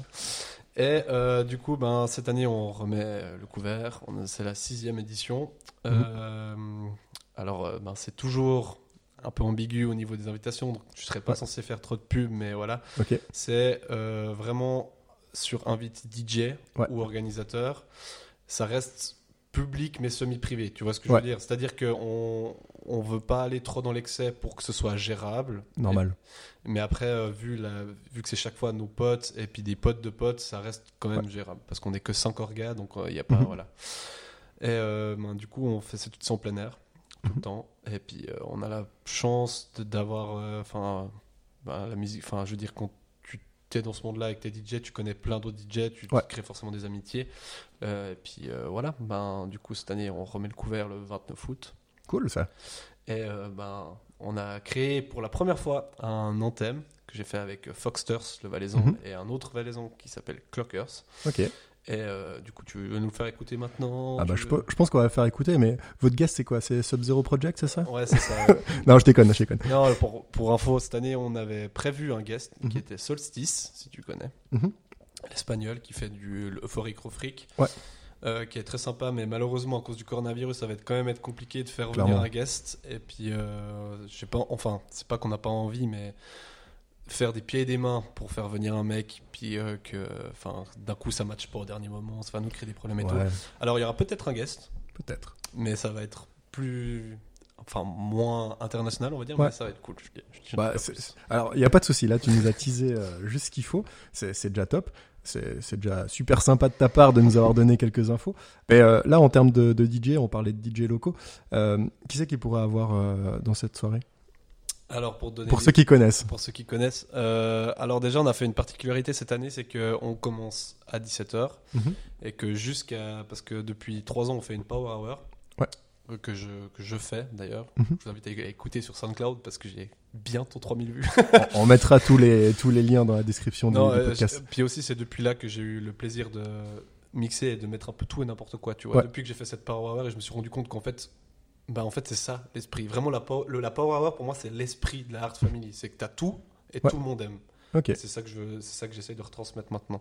Et euh, du coup, ben, cette année, on remet euh, le couvert. On a- c'est la sixième édition. Euh, alors, euh, ben, c'est toujours un peu ambigu au niveau des invitations, donc je serais pas
Ouais.
censé faire trop de pub, mais voilà.
Ok.
C'est euh, vraiment sur invite D J
Ouais.
ou organisateur. Ça reste public mais semi-privé, tu vois ce que
Ouais.
je veux dire? C'est-à-dire qu'on on veut pas aller trop dans l'excès pour que ce soit gérable.
Normal.
Et- mais après, euh, vu, la, vu que c'est chaque fois nos potes et puis des potes de potes, ça reste quand même
Ouais.
gérable. Parce qu'on est que cinq orgas, donc il n'y a pas...
Mhm.
Voilà. Et euh, ben, du coup, on fait ça tout ça en plein air, tout
Mhm.
le temps. Et puis, euh, on a la chance de- d'avoir... Enfin, ben, la musique... Enfin, je veux dire, quand tu es dans ce monde-là avec tes D J, tu connais plein d'autres D J, tu
Ouais.
crées forcément des amitiés. Euh, et puis, euh, voilà. Ben, du coup, cette année, on remet le couvert le vingt-neuf août.
Cool ça.
Et euh, ben, on a créé pour la première fois un anthème que j'ai fait avec Foxters, le Valaisan,
Mhm.
et un autre Valaisan qui s'appelle Clockers.
Ok.
Et euh, du coup, tu veux nous le faire écouter maintenant?
Ah bah
Tu
je,
veux-
pe- je pense qu'on va faire écouter, mais votre guest c'est quoi? C'est Sub-Zero Project, c'est ça?
Ouais, c'est ça.
Non, je déconne, je déconne.
Non, pour, pour info, cette année, on avait prévu un guest
Mhm.
qui était Solstice, si tu connais.
Mhm.
L'espagnol qui fait du Euphoric Freak.
Ouais.
Euh, qui est très sympa, mais malheureusement à cause du coronavirus, ça va être quand même être compliqué de faire
Clairement.
venir un guest. Et puis, euh, je sais pas, enfin, c'est pas qu'on n'a pas envie, mais faire des pieds et des mains pour faire venir un mec, puis euh, que, enfin, d'un coup ça matche pas au dernier moment, ça va nous créer des problèmes et tout.
Ouais,
Alors il y aura peut-être un guest,
peut-être.
mais ça va être plus, enfin, moins international, on va dire,
Ouais.
mais ça va être cool. Je, je, je
Bah,
dis pas
c'est-
plus.
alors, il n'y a pas de souci. Là, tu nous as teasé euh, juste ce qu'il faut. C'est c'est déjà top. C'est c'est déjà super sympa de ta part de nous avoir donné quelques infos. Mais euh, là, en termes de, de D J, on parlait de D J locaux. Euh, qui c'est qui pourrait avoir euh, dans cette soirée?
Alors pour donner
Pour
des-
ceux qui connaissent.
Pour ceux qui connaissent, euh, alors déjà on a fait une particularité cette année, c'est qu'on commence à dix-sept heures
Mhm.
et que jusqu'à, parce que depuis trois ans on fait une power hour,
Ouais.
euh, que je, que je fais d'ailleurs,
Mhm.
je vous invite à écouter sur SoundCloud parce que j'ai bientôt trois mille vues.
On, on mettra tous les, tous les liens dans la description du,
Non,
du
euh,
podcast.
je- puis aussi c'est depuis là que j'ai eu le plaisir de mixer et de mettre un peu tout et n'importe quoi, tu vois.
Ouais.
Depuis que j'ai fait cette power hour et je me suis rendu compte qu'en fait, bah en fait c'est ça l'esprit. Vraiment la, pow- le, la power hour pour moi c'est l'esprit de la Art Family, c'est que t'as tout et
Ouais.
tout le monde aime.
Ok.
C'est ça que je, c'est ça que j'essaye de retransmettre maintenant.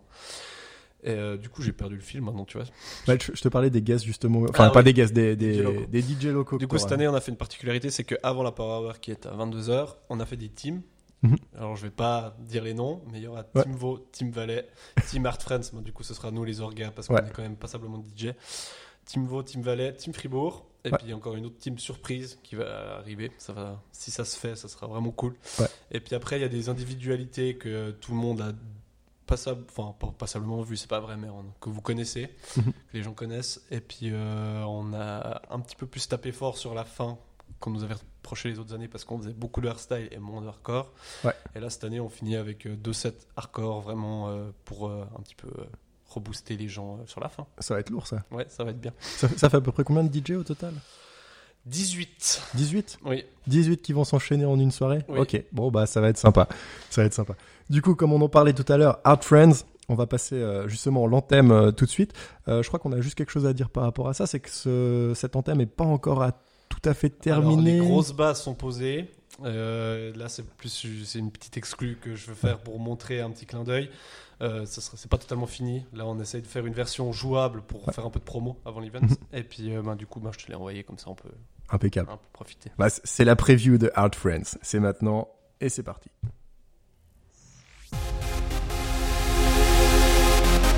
Et euh, du coup, j'ai perdu le fil maintenant, tu vois.
Bah, je, je te parlais des guests justement. Enfin,
Ah
pas
oui.
des guests, des,
D J
des,
locaux.
des D J locaux.
Du coup, cette année, on a fait une particularité, c'est qu'avant la Power Hour qui est à vingt-deux heures, on a fait des teams.
Mhm.
Alors, je vais pas dire les noms, mais il y aura
Ouais.
Team Vo, Team Valet, Team Art Friends. Bon, du coup, ce sera nous les orgas parce qu'on
Ouais.
est quand même passablement D J. Team Vo, Team Valet, Team Fribourg. Et
Ouais.
puis encore une autre team surprise qui va arriver. Ça va, si ça se fait, ça sera vraiment cool.
Ouais.
Et puis après, il y a des individualités que tout le monde a passable, enfin pas passablement vu, c'est pas vrai, mais on- que vous connaissez,
Mhm.
que les gens connaissent. Et puis euh, on a un petit peu plus tapé fort sur la fin qu'on nous avait reproché les autres années parce qu'on faisait beaucoup de hardstyle et moins de hardcore.
Ouais.
Et là, cette année, on finit avec euh, deux sets hardcore vraiment euh, pour euh, un petit peu euh, rebooster les gens euh, sur la fin.
Ça va être lourd, ça.
Ouais, ça va être bien.
ça. Ça fait à peu près combien de D J au total?
dix-huit.
dix-huit?
Oui.
dix-huit qui vont s'enchaîner en une soirée?
Oui.
Ok, bon bah ça va être sympa. Ça va être sympa. Du coup, comme on en parlait tout à l'heure, Art Friends, on va passer euh, justement l'anthème euh, tout de suite. Euh, je crois qu'on a juste quelque chose à dire par rapport à ça, c'est que ce, cet anthème est pas encore à tout à fait terminé.
Alors, les grosses bases sont posées. Euh, là, c'est plus c'est une petite exclue que je veux faire pour montrer un petit clin d'œil. Euh, ça sera, c'est pas totalement fini. Là, on essaye de faire une version jouable pour
Ouais.
faire un peu de promo avant l'event.
Mhm.
Et puis, euh, ben, du coup, ben, je te l'ai envoyé comme ça, on peut
Impeccable.
un peu profiter.
Bah, c- c'est la preview de Art Friends. C'est maintenant et c'est parti.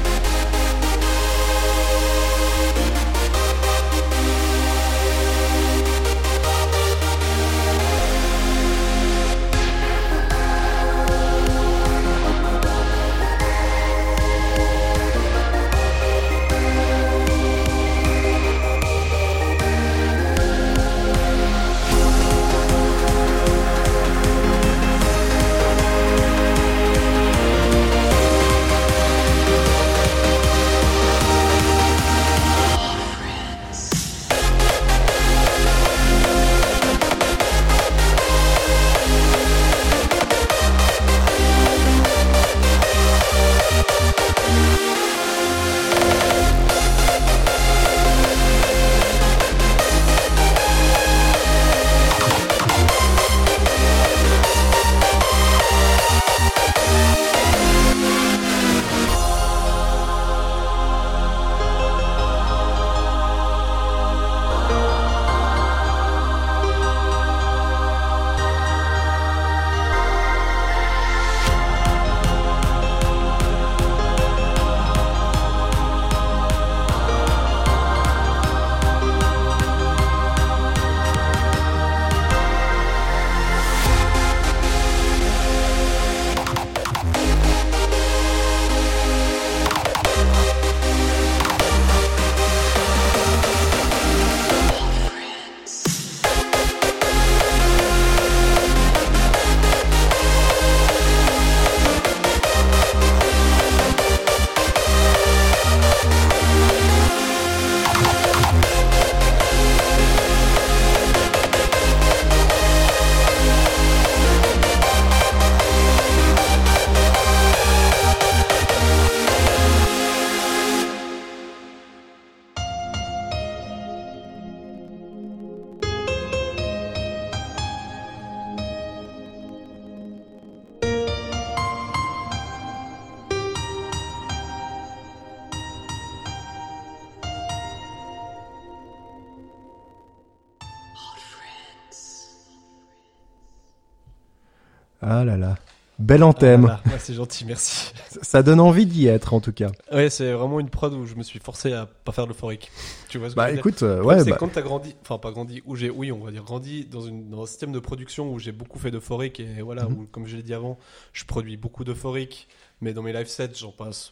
Ah là là. Bel anthème.
Ah, voilà. Ouais, c'est gentil, merci.
Ça donne envie d'y être, en tout cas.
Ouais, c'est vraiment une prod où je me suis forcé à pas faire de l'euphorique. Tu vois ce que
Bah
je veux
écoute,
dire
euh,
Le
ouais,
problème, c'est
bah,
quand t'as grandi, enfin pas grandi, où j'ai, oui, on va dire grandi dans, une, dans un système de production où j'ai beaucoup fait d'euphorique et voilà,
Mhm.
où, comme je l'ai dit avant, je produis beaucoup d'euphorique, mais dans mes live sets, j'en passe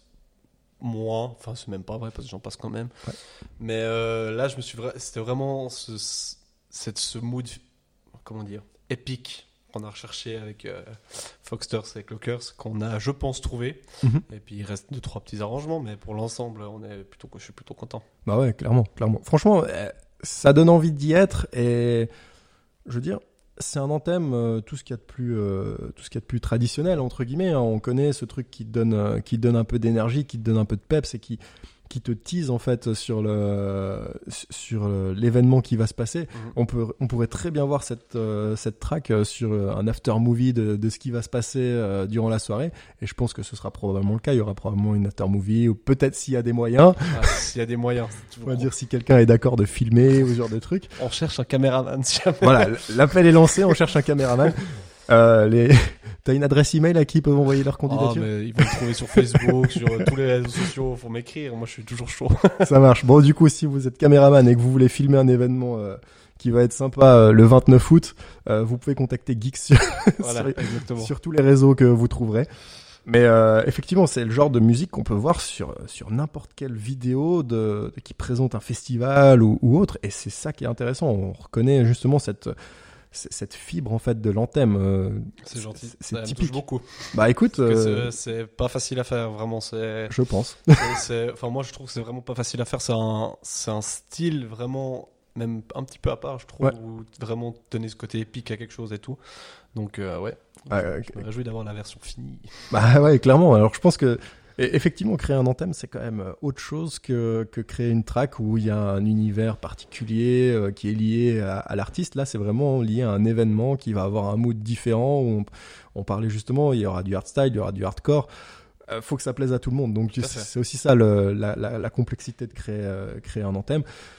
moins. Enfin, c'est même pas vrai parce que j'en passe quand même.
Ouais.
Mais euh, là, je me suis, vra- c'était vraiment ce, ce, cette, ce mood, comment dire, épique qu'on a recherché avec euh, Foxters et Clockers, qu'on a, je pense, trouvé.
Mhm.
Et puis il reste deux trois petits arrangements, mais pour l'ensemble, on est plutôt, je suis plutôt content.
bah ouais, clairement, clairement. Franchement, euh, ça donne envie d'y être et je veux dire, c'est un anthème, euh, tout ce qu'il y a de plus, euh, tout ce qu'il y a de plus traditionnel entre guillemets. Hein. On connaît ce truc qui te donne, euh, qui te donne un peu d'énergie, qui te donne un peu de peps et qui qui te tease en fait sur le sur le- l'événement qui va se passer.
Mhm.
On peut on pourrait très bien voir cette euh, cette track euh, sur euh, un after movie de, de ce qui va se passer euh, durant la soirée et je pense que ce sera probablement le cas. Il y aura probablement une after movie ou peut-être s'il y a des moyens,
Ah, s'il y a des moyens, c'est
on
toujours
va dire si quelqu'un est d'accord de filmer ou ce genre de trucs.
on cherche un caméraman si jamais.
Voilà, l'appel est lancé, on cherche un caméraman. Euh, les... T'as une adresse email à qui ils peuvent envoyer leur
Ah,
candidature?
mais ils vont me trouver sur Facebook, sur euh, tous les réseaux sociaux, faut m'écrire, moi je suis toujours chaud.
Ça marche. Bon, du coup, si vous êtes caméraman et que vous voulez filmer un événement euh, qui va être sympa euh, le vingt-neuf août, euh, vous pouvez contacter Geeks sur,
Voilà,
sur,
exactement.
sur tous les réseaux que vous trouverez. Mais euh, effectivement, c'est le genre de musique qu'on peut voir sur sur n'importe quelle vidéo de, de- qui présente un festival ou, ou autre. Et c'est ça qui est intéressant. On reconnaît justement cette c- cette fibre en fait de l'anthème. euh,
C'est gentil,
c'est
ça me touche
typique.
beaucoup.
Bah écoute,
Parce que
euh,
c'est- c'est pas facile à faire, vraiment. C'est,
je pense.
c'est- c'est- enfin moi je trouve que c'est vraiment pas facile à faire. C'est un, c'est un style vraiment, même un petit peu à part, je trouve,
Ouais.
où vraiment donner ce côté épique à quelque chose et tout. Donc euh, ouais,
Ouais,
je,
ouais,
je me réjouis d'avoir la version finie.
Bah ouais, clairement. Alors je pense que et effectivement créer un anthème c'est quand même euh, autre chose que que créer une track où il y a un univers particulier euh, qui est lié à, à l'artiste. Là, c'est vraiment lié à un événement qui va avoir un mood différent. Où on, on parlait justement, il y aura du hardstyle, il y aura du hardcore. Euh, faut que ça plaise à tout le monde. Donc
Tout à
c'est
fait.
c'est aussi ça le, la, la, la complexité de créer euh, créer un anthème.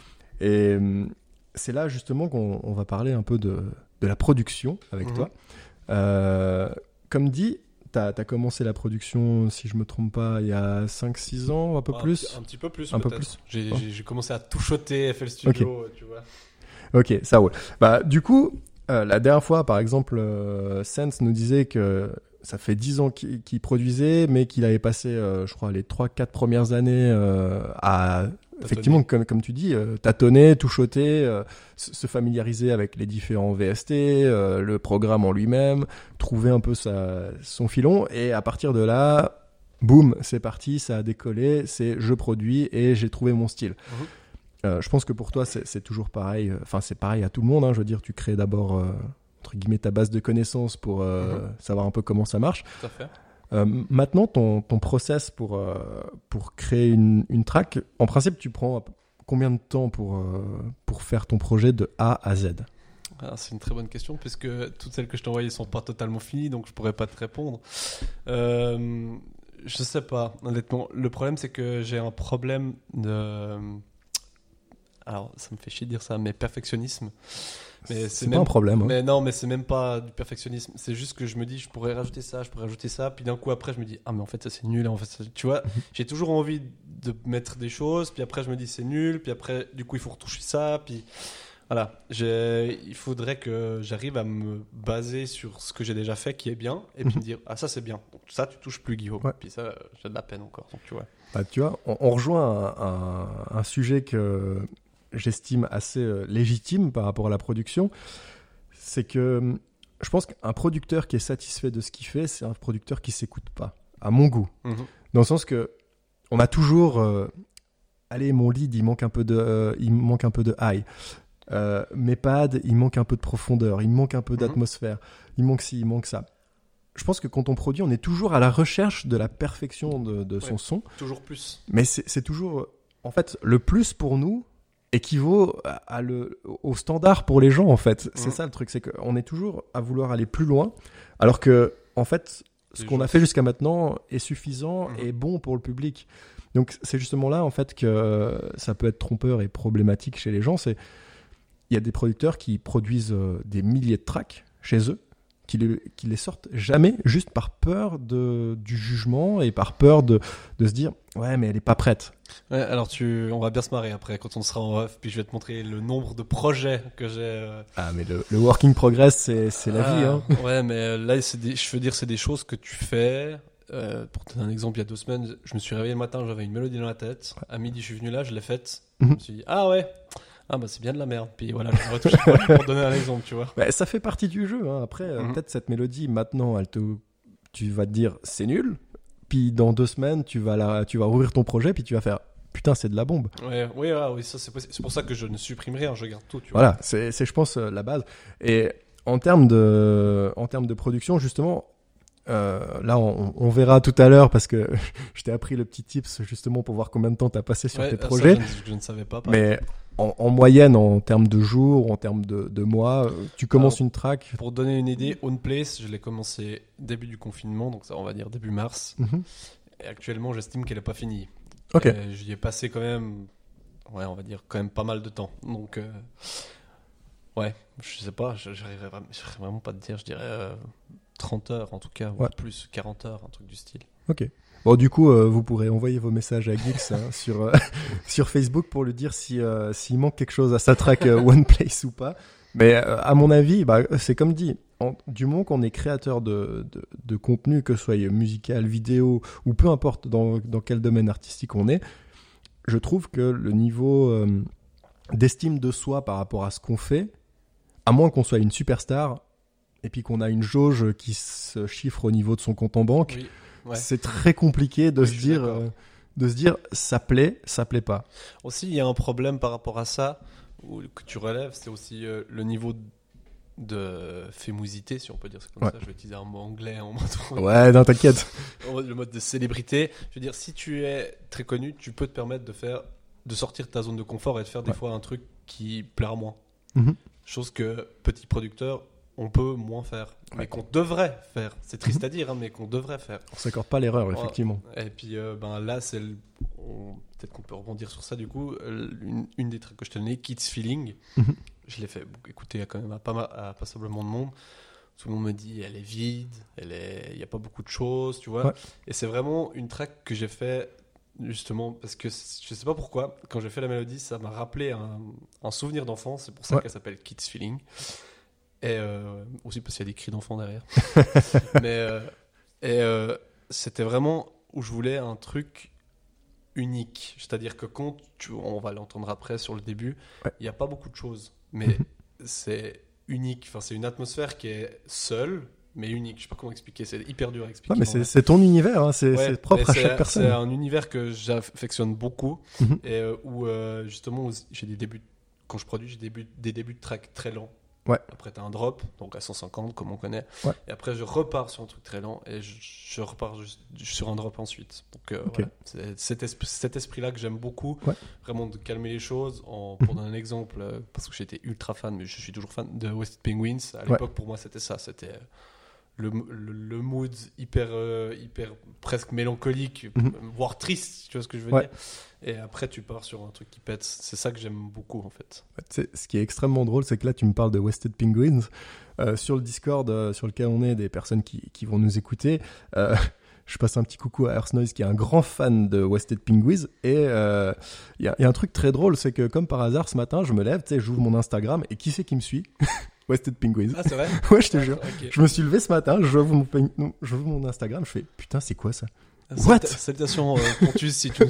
Et hum, c'est là justement qu'on on va parler un peu de de la production avec
Mhm.
toi. Euh, comme dit, t'as as commencé la production, si je me trompe pas, il y a cinq six ans, un peu
Un
plus.
petit- Un petit peu plus.
Un peu
peut-être.
plus.
J'ai,
Oh.
j'ai, j'ai commencé à tout shotter F L Studio, euh, tu vois.
Ok, ça roule. Bah, du coup, euh, la dernière fois, par exemple, euh, Sense nous disait que ça fait dix ans qu'il qu'il produisait, mais qu'il avait passé, euh, je crois, les trois quatre premières années euh, à, effectivement, comme, comme tu dis, euh, tâtonner, tout shotter, euh, se se familiariser avec les différents V S T, euh, le programme en lui-même, trouver un peu sa, son filon, et à partir de là, boum, c'est parti, ça a décollé, c'est je produis et j'ai trouvé mon style.
Mhm.
Euh, je pense que pour toi, c'est c'est toujours pareil. Enfin, c'est pareil à tout le monde. Hein. Je veux dire, tu crées d'abord, euh, entre guillemets, ta base de connaissances pour euh,
Mhm.
savoir un peu comment ça marche.
Tout à fait.
Euh, maintenant, ton, ton process pour, euh, pour créer une, une track, en principe, tu prends combien de temps pour, euh, pour faire ton projet de A à Z?
Ah, c'est une très bonne question, puisque toutes celles que je t'ai envoyées sont pas totalement finies, donc je pourrais pas te répondre. Euh, je sais pas, honnêtement. Le problème, c'est que j'ai un problème de... Alors, ça me fait chier de dire ça, mais perfectionnisme. Mais
C'est
même
pas un problème. Hein.
Mais non, mais c'est même pas du perfectionnisme. C'est juste que je me dis, je pourrais rajouter ça, je pourrais rajouter ça. Puis d'un coup, après, je me dis, ah, mais en fait, ça c'est nul. En fait, ça- tu vois, j'ai toujours envie de mettre des choses. Puis après, je me dis, c'est nul. Puis après, du coup, il faut retoucher ça. Puis voilà, j'ai- il faudrait que j'arrive à me baser sur ce que j'ai déjà fait qui est bien. Et puis me dire, ah, ça c'est bien. Donc ça, tu touches plus, Guillaume.
Ouais.
Puis ça, j'ai de la peine encore. Donc tu vois.
Bah, tu vois, on, on rejoint un, un, un sujet que j'estime assez euh, légitime par rapport à la production. C'est que hum, je pense qu'un producteur qui est satisfait de ce qu'il fait, c'est un producteur qui s'écoute pas, à mon goût.
Mhm.
Dans le sens que on a toujours, euh, allez, mon lead, il manque un peu de, euh, il manque un peu de high. Euh, mes pads, il manque un peu de profondeur, il manque un peu
Mhm.
d'atmosphère, il manque ci, il manque ça. Je pense que quand on produit, on est toujours à la recherche de la perfection de, de son
Ouais.
son,
Toujours plus.
mais c'est c'est toujours, en fait, le plus pour nous équivaut à, à le, au standard pour les gens, en fait. C'est
Mhm.
ça le truc, c'est qu'on est toujours à vouloir aller plus loin, alors que, en fait, ce
Les
qu'on
gens-
a fait jusqu'à maintenant est suffisant
Mhm.
et bon pour le public. Donc c'est justement là en fait que euh, ça peut être trompeur et problématique chez les gens. C'est il y a des producteurs qui produisent euh, des milliers de tracks chez eux, qui les, qui les sortent jamais, juste par peur de, du jugement et par peur de, de se dire ouais mais elle est pas prête.
Ouais, alors tu, on va bien se marrer après quand on sera en off, puis je vais te montrer le nombre de projets que j'ai. Euh...
Ah mais le, le working progress c'est, c'est la
ah,
vie hein.
Ouais mais là c'est des, je veux dire c'est des choses que tu fais. Euh, pour te donner un exemple, il y a deux semaines, je me suis réveillé le matin, j'avais une mélodie dans la tête. Ouais. À midi je suis venu là, je l'ai faite. Mm-hmm. Je me suis dit ah ouais. Ah bah c'est bien de la merde. Puis voilà, je retouche pour donner un exemple, tu vois.
Bah, ça fait partie du jeu. Hein. Après, mm-hmm. euh, peut-être cette mélodie, maintenant, elle te, tu vas te dire c'est nul. Puis dans deux semaines, tu vas la, tu vas rouvrir ton projet, puis tu vas faire putain c'est de la bombe.
Ouais, oui, ouais, oui, ça c'est possible. C'est pour ça que je ne supprime rien, je garde tout. Tu vois.
Voilà, c'est, c'est je pense la base. Et en termes de, en termes de production, justement. Euh, là, on, on verra tout à l'heure parce que je t'ai appris le petit tips justement pour voir combien de temps t'as passé sur
ouais,
tes projets.
Ça, je, je ne savais pas.
Mais en, en moyenne, en termes de jours, en termes de, de mois, tu commences Alors, une track.
Pour donner une idée, Own Place, je l'ai commencé début du confinement, donc ça, on va dire début mars. Mm-hmm. Et actuellement, j'estime qu'elle n'est pas finie.
Ok.
Et j'y ai passé quand même, ouais, on va dire quand même pas mal de temps. Donc, euh, ouais, je sais pas, j'arriverai vraiment pas à te dire, je dirais. Euh, trente heures en tout cas, ou ouais. plus quarante heures, un truc du style.
Ok. Bon, du coup, euh, vous pourrez envoyer vos messages à Geeks hein, sur, euh, sur Facebook pour lui dire si, euh, s'il manque quelque chose à sa track euh, One Place ou pas. Mais euh, à mon avis, bah, c'est comme dit, en, du moment qu'on est créateur de, de, de contenu, que ce soit musical, vidéo, ou peu importe dans, dans quel domaine artistique on est, je trouve que le niveau euh, d'estime de soi par rapport à ce qu'on fait, à moins qu'on soit une superstar, et puis qu'on a une jauge qui se chiffre au niveau de son compte en banque,
oui, ouais.
c'est très compliqué de,
oui,
se dire, euh, de se dire ça plaît, ça plaît pas.
Aussi, il y a un problème par rapport à ça où, que tu relèves, c'est aussi euh, le niveau de fémosité, si on peut dire ça comme ouais. ça. Je vais utiliser un mot anglais en mode...
Ouais, non, t'inquiète.
Le mode de célébrité. Je veux dire, si tu es très connu, tu peux te permettre de, faire, de sortir de ta zone de confort et de faire des ouais. fois un truc qui plaira moins. Mm-hmm. Chose que petit producteur... on peut moins faire, mais ouais. qu'on devrait faire. C'est triste à dire, hein, mais qu'on devrait faire.
On s'accorde pas l'erreur, effectivement.
Et puis euh, ben, là, c'est le... on... peut-être qu'on peut rebondir sur ça du coup. Une, une des tracks que je t'ai donné, Kids Feeling, mm-hmm. je l'ai fait écouter quand même à, pas mal, à passablement de monde. Tout le monde me dit, elle est vide, elle est... il n'y a pas beaucoup de choses, tu vois. Ouais. Et c'est vraiment une track que j'ai fait justement parce que je sais pas pourquoi, quand j'ai fait la mélodie, ça m'a rappelé un, un souvenir d'enfance. C'est pour ça ouais. qu'elle s'appelle Kids Feeling. Et euh, aussi parce qu'il y a des cris d'enfants derrière. Mais euh, et euh, c'était vraiment où je voulais un truc unique. C'est-à-dire que quand tu, on va l'entendre après sur le début, il ouais. n'y a pas beaucoup de choses, mais mm-hmm. c'est unique. Enfin, c'est une atmosphère qui est seule, mais unique. Je sais pas comment expliquer. C'est hyper dur à expliquer.
Ouais, mais c'est, c'est ton univers, hein. c'est, ouais, c'est propre à
c'est,
chaque personne.
C'est un univers que j'affectionne beaucoup mm-hmm. et euh, où euh, justement où j'ai des débuts. Quand je produis, j'ai des débuts, des débuts de track très lents.
Ouais.
Après, tu as un drop, donc à cent cinquante, comme on connaît.
Ouais.
Et après, je repars sur un truc très lent et je, je repars juste sur un drop ensuite. Donc, euh,
okay.
voilà. C'est cet, esprit, cet esprit-là que j'aime beaucoup.
Ouais.
Vraiment de calmer les choses. En, pour donner un exemple, euh, parce que j'étais ultra fan, mais je suis toujours fan de Wasted Penguins. À l'époque, ouais. pour moi, c'était ça. C'était le, le, le mood hyper, euh, hyper presque mélancolique, mm-hmm. voire triste, tu vois ce que je veux
ouais.
dire. Et après, tu pars sur un truc qui pète. C'est ça que j'aime beaucoup, en fait.
C'est, ce qui est extrêmement drôle, c'est que là, tu me parles de Wasted Penguins. Euh, sur le Discord euh, sur lequel on est, des personnes qui, qui vont nous écouter, euh, je passe un petit coucou à Earth Noise, qui est un grand fan de Wasted Penguins. Et il euh, y, y a un truc très drôle, c'est que comme par hasard, ce matin, je me lève, tu sais, j'ouvre mon Instagram, et qui c'est qui me suit ? Wasted Penguins.
Ah, c'est vrai ?
Ouais, je te
ah,
jure.
Okay.
Je me suis levé ce matin, j'ouvre mon, non, j'ouvre mon Instagram, je fais, putain, c'est quoi ça ? What?
Salutations, euh, Pontus, si tu nous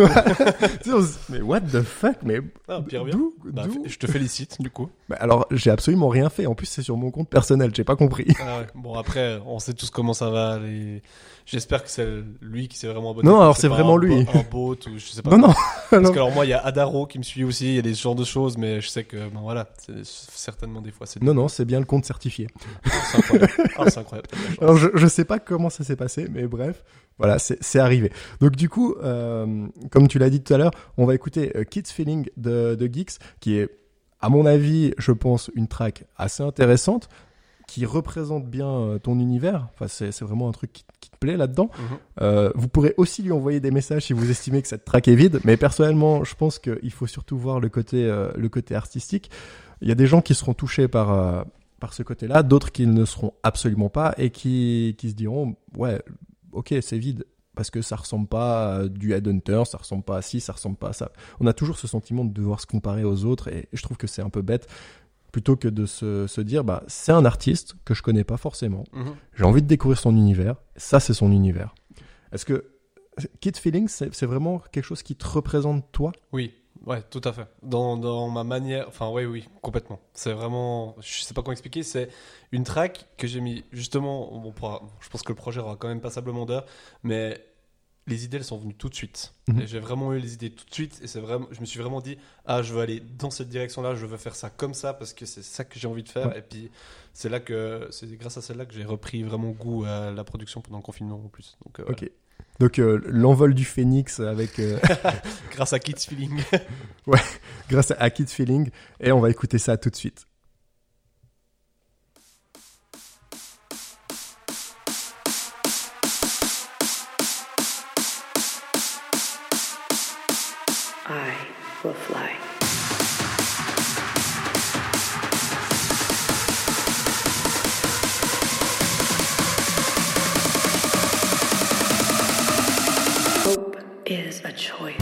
écoutes.
Mais what the fuck? Mais
ah, Pierre, bien.
D'où,
bah,
d'où
je te félicite, du coup.
Bah, alors, j'ai absolument rien fait. En plus, c'est sur mon compte personnel. J'ai pas compris.
Ah ouais. Bon, après, on sait tous comment ça va. Les... J'espère que c'est lui qui s'est vraiment abonné.
Non, alors c'est, c'est vraiment
un,
lui.
Un bot ou je sais pas.
Non, non.
Parce non. que alors moi, il y a Adaro qui me suit aussi. Il y a des genres de choses, mais je sais que, ben voilà, c'est certainement des fois. C'est
non, non, c'est bien le compte certifié.
C'est incroyable. Ah, c'est incroyable.
Alors, je, je sais pas comment ça s'est passé, mais bref. Voilà, c'est, c'est arrivé. Donc du coup, euh, comme tu l'as dit tout à l'heure, on va écouter euh, Kids Feeling de, de Geeks, qui est, à mon avis, je pense, une track assez intéressante, qui représente bien euh, ton univers. Enfin, c'est, c'est vraiment un truc qui, qui te plaît là-dedans. Mm-hmm. Euh, vous pourrez aussi lui envoyer des messages si vous estimez que cette track est vide, mais personnellement, je pense qu'il faut surtout voir le côté, euh, le côté artistique. Il y a des gens qui seront touchés par... Euh, par ce côté-là, d'autres qui ne le seront absolument pas et qui, qui se diront ouais, ok, c'est vide parce que ça ressemble pas à du Headhunter, ça ressemble pas à ci, ça ressemble pas à ça. On a toujours ce sentiment de devoir se comparer aux autres et, et je trouve que c'est un peu bête plutôt que de se, se dire bah c'est un artiste que je connais pas forcément, mm-hmm. j'ai envie de découvrir son univers, ça c'est son univers. Est-ce que Kid Feelings, c'est, c'est vraiment quelque chose qui te représente toi ?
Oui. Ouais, tout à fait. Dans, dans ma manière... Enfin, oui, oui, complètement. C'est vraiment... Je sais pas comment expliquer. C'est une track que j'ai mis... Justement, on pourra, je pense que le projet aura quand même passablement d'heures, mais les idées, elles sont venues tout de suite. Mm-hmm. Et j'ai vraiment eu les idées tout de suite. Et c'est vraiment, je me suis vraiment dit, ah, je veux aller dans cette direction-là, je veux faire ça comme ça, parce que c'est ça que j'ai envie de faire. Ouais. Et puis, c'est là que... C'est grâce à celle-là que j'ai repris vraiment goût à la production pendant le confinement en plus. Donc, euh,
ok. Voilà. Donc euh, l'envol du phénix avec euh...
grâce à Kids Feeling.
Ouais, grâce à Kids Feeling et on va écouter ça tout de suite.
I will fly. Hope is a choice.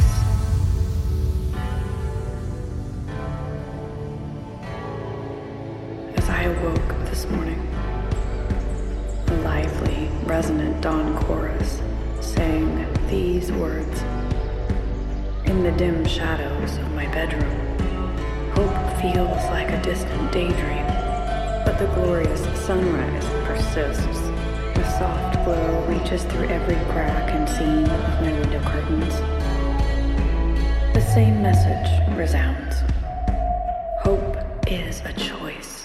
As I awoke this morning, a lively, resonant dawn chorus sang these words. In the dim shadows of my bedroom, hope feels like a distant daydream, but the glorious sunrise persists. The soft glow reaches through every crack and seam of my window curtains. The same message resounds. Hope is a choice.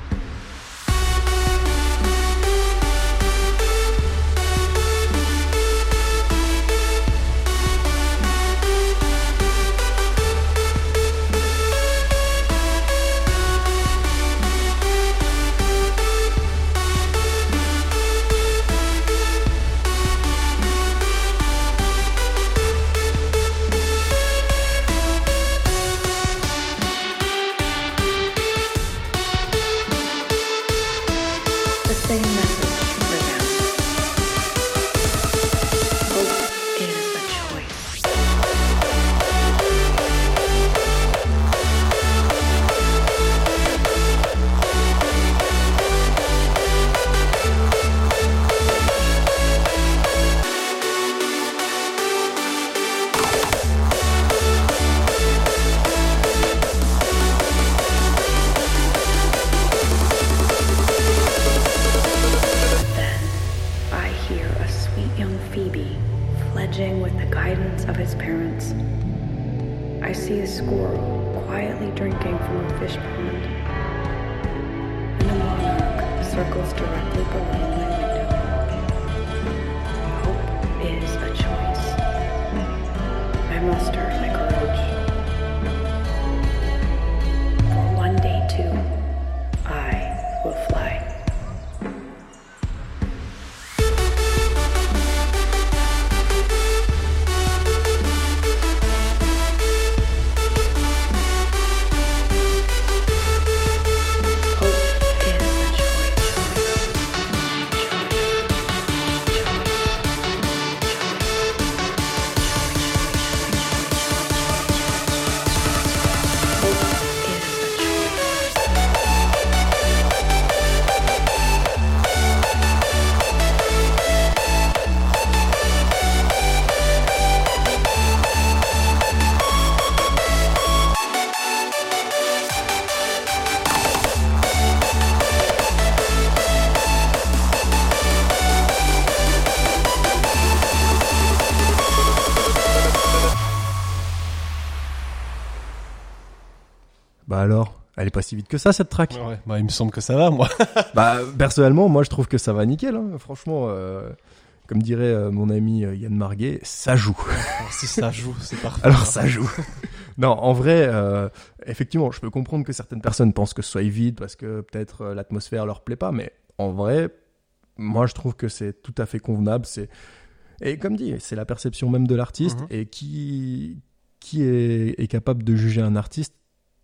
Bah alors, elle est pas si vite que ça cette track.
Ouais, bah il me semble que ça va moi.
Bah personnellement, moi je trouve que ça va nickel. Hein. Franchement, euh, comme dirait euh, mon ami euh, Yann Marguet, ça joue.
Alors, si ça joue, c'est parfait.
Alors ça joue. Non, en vrai, euh, effectivement, je peux comprendre que certaines personnes pensent que ce soit vide parce que peut-être euh, l'atmosphère leur plaît pas, mais en vrai, moi je trouve que c'est tout à fait convenable. C'est et comme dit, c'est la perception même de l'artiste mm-hmm. et qui qui est, est capable de juger un artiste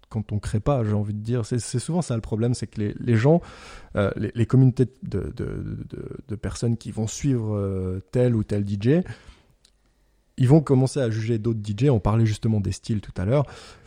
quand on crée pas, j'ai envie de dire. C'est, c'est souvent ça le problème, c'est que les, les gens, euh, les, les communautés de, de, de, de personnes qui vont suivre euh, tel ou tel D J, ils vont commencer à juger d'autres D J. On parlait justement des styles tout à l'heure,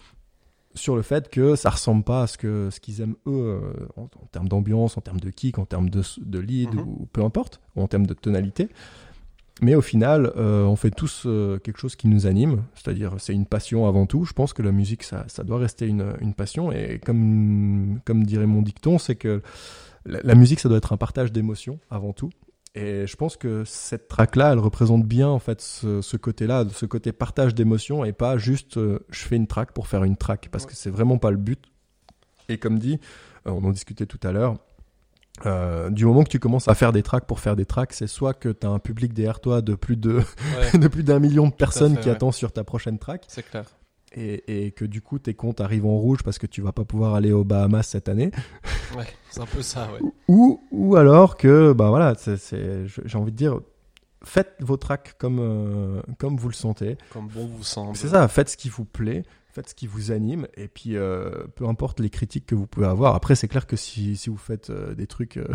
sur le fait que ça ressemble pas à ce, que, ce qu'ils aiment eux, euh, en, en termes d'ambiance, en termes de kick, en termes de, de lead, mm-hmm. ou peu importe, ou en termes de tonalité. Mais au final, euh, on fait tous euh, quelque chose qui nous anime, c'est-à-dire c'est une passion avant tout. Je pense que la musique, ça, ça doit rester une, une passion. Et comme, comme dirait mon dicton, c'est que la, la musique, ça doit être un partage d'émotions avant tout. Et je pense que cette track-là, elle représente bien en fait ce, ce côté-là, ce côté partage d'émotions, et pas juste euh, je fais une track pour faire une track, parce que c'est vraiment pas le but. Et comme dit, euh, on en discutait tout à l'heure. Euh, du moment que tu commences à faire des tracks pour faire des tracks, c'est soit que tu as un public derrière toi de plus de, ouais. de plus d'un million de personnes fait, qui ouais. attendent sur ta prochaine track.
C'est clair.
Et, et que du coup tes comptes arrivent en rouge parce que tu vas pas pouvoir aller aux Bahamas cette année.
Ouais, c'est un peu ça, ouais.
Ou, ou alors que, bah voilà, c'est, c'est, j'ai envie de dire, faites vos tracks comme, euh, comme vous le sentez.
Comme bon vous semble.
C'est ça, faites ce qui vous plaît. Faites ce qui vous anime, et puis euh, peu importe les critiques que vous pouvez avoir. Après, c'est clair que si, si vous faites euh, des trucs euh,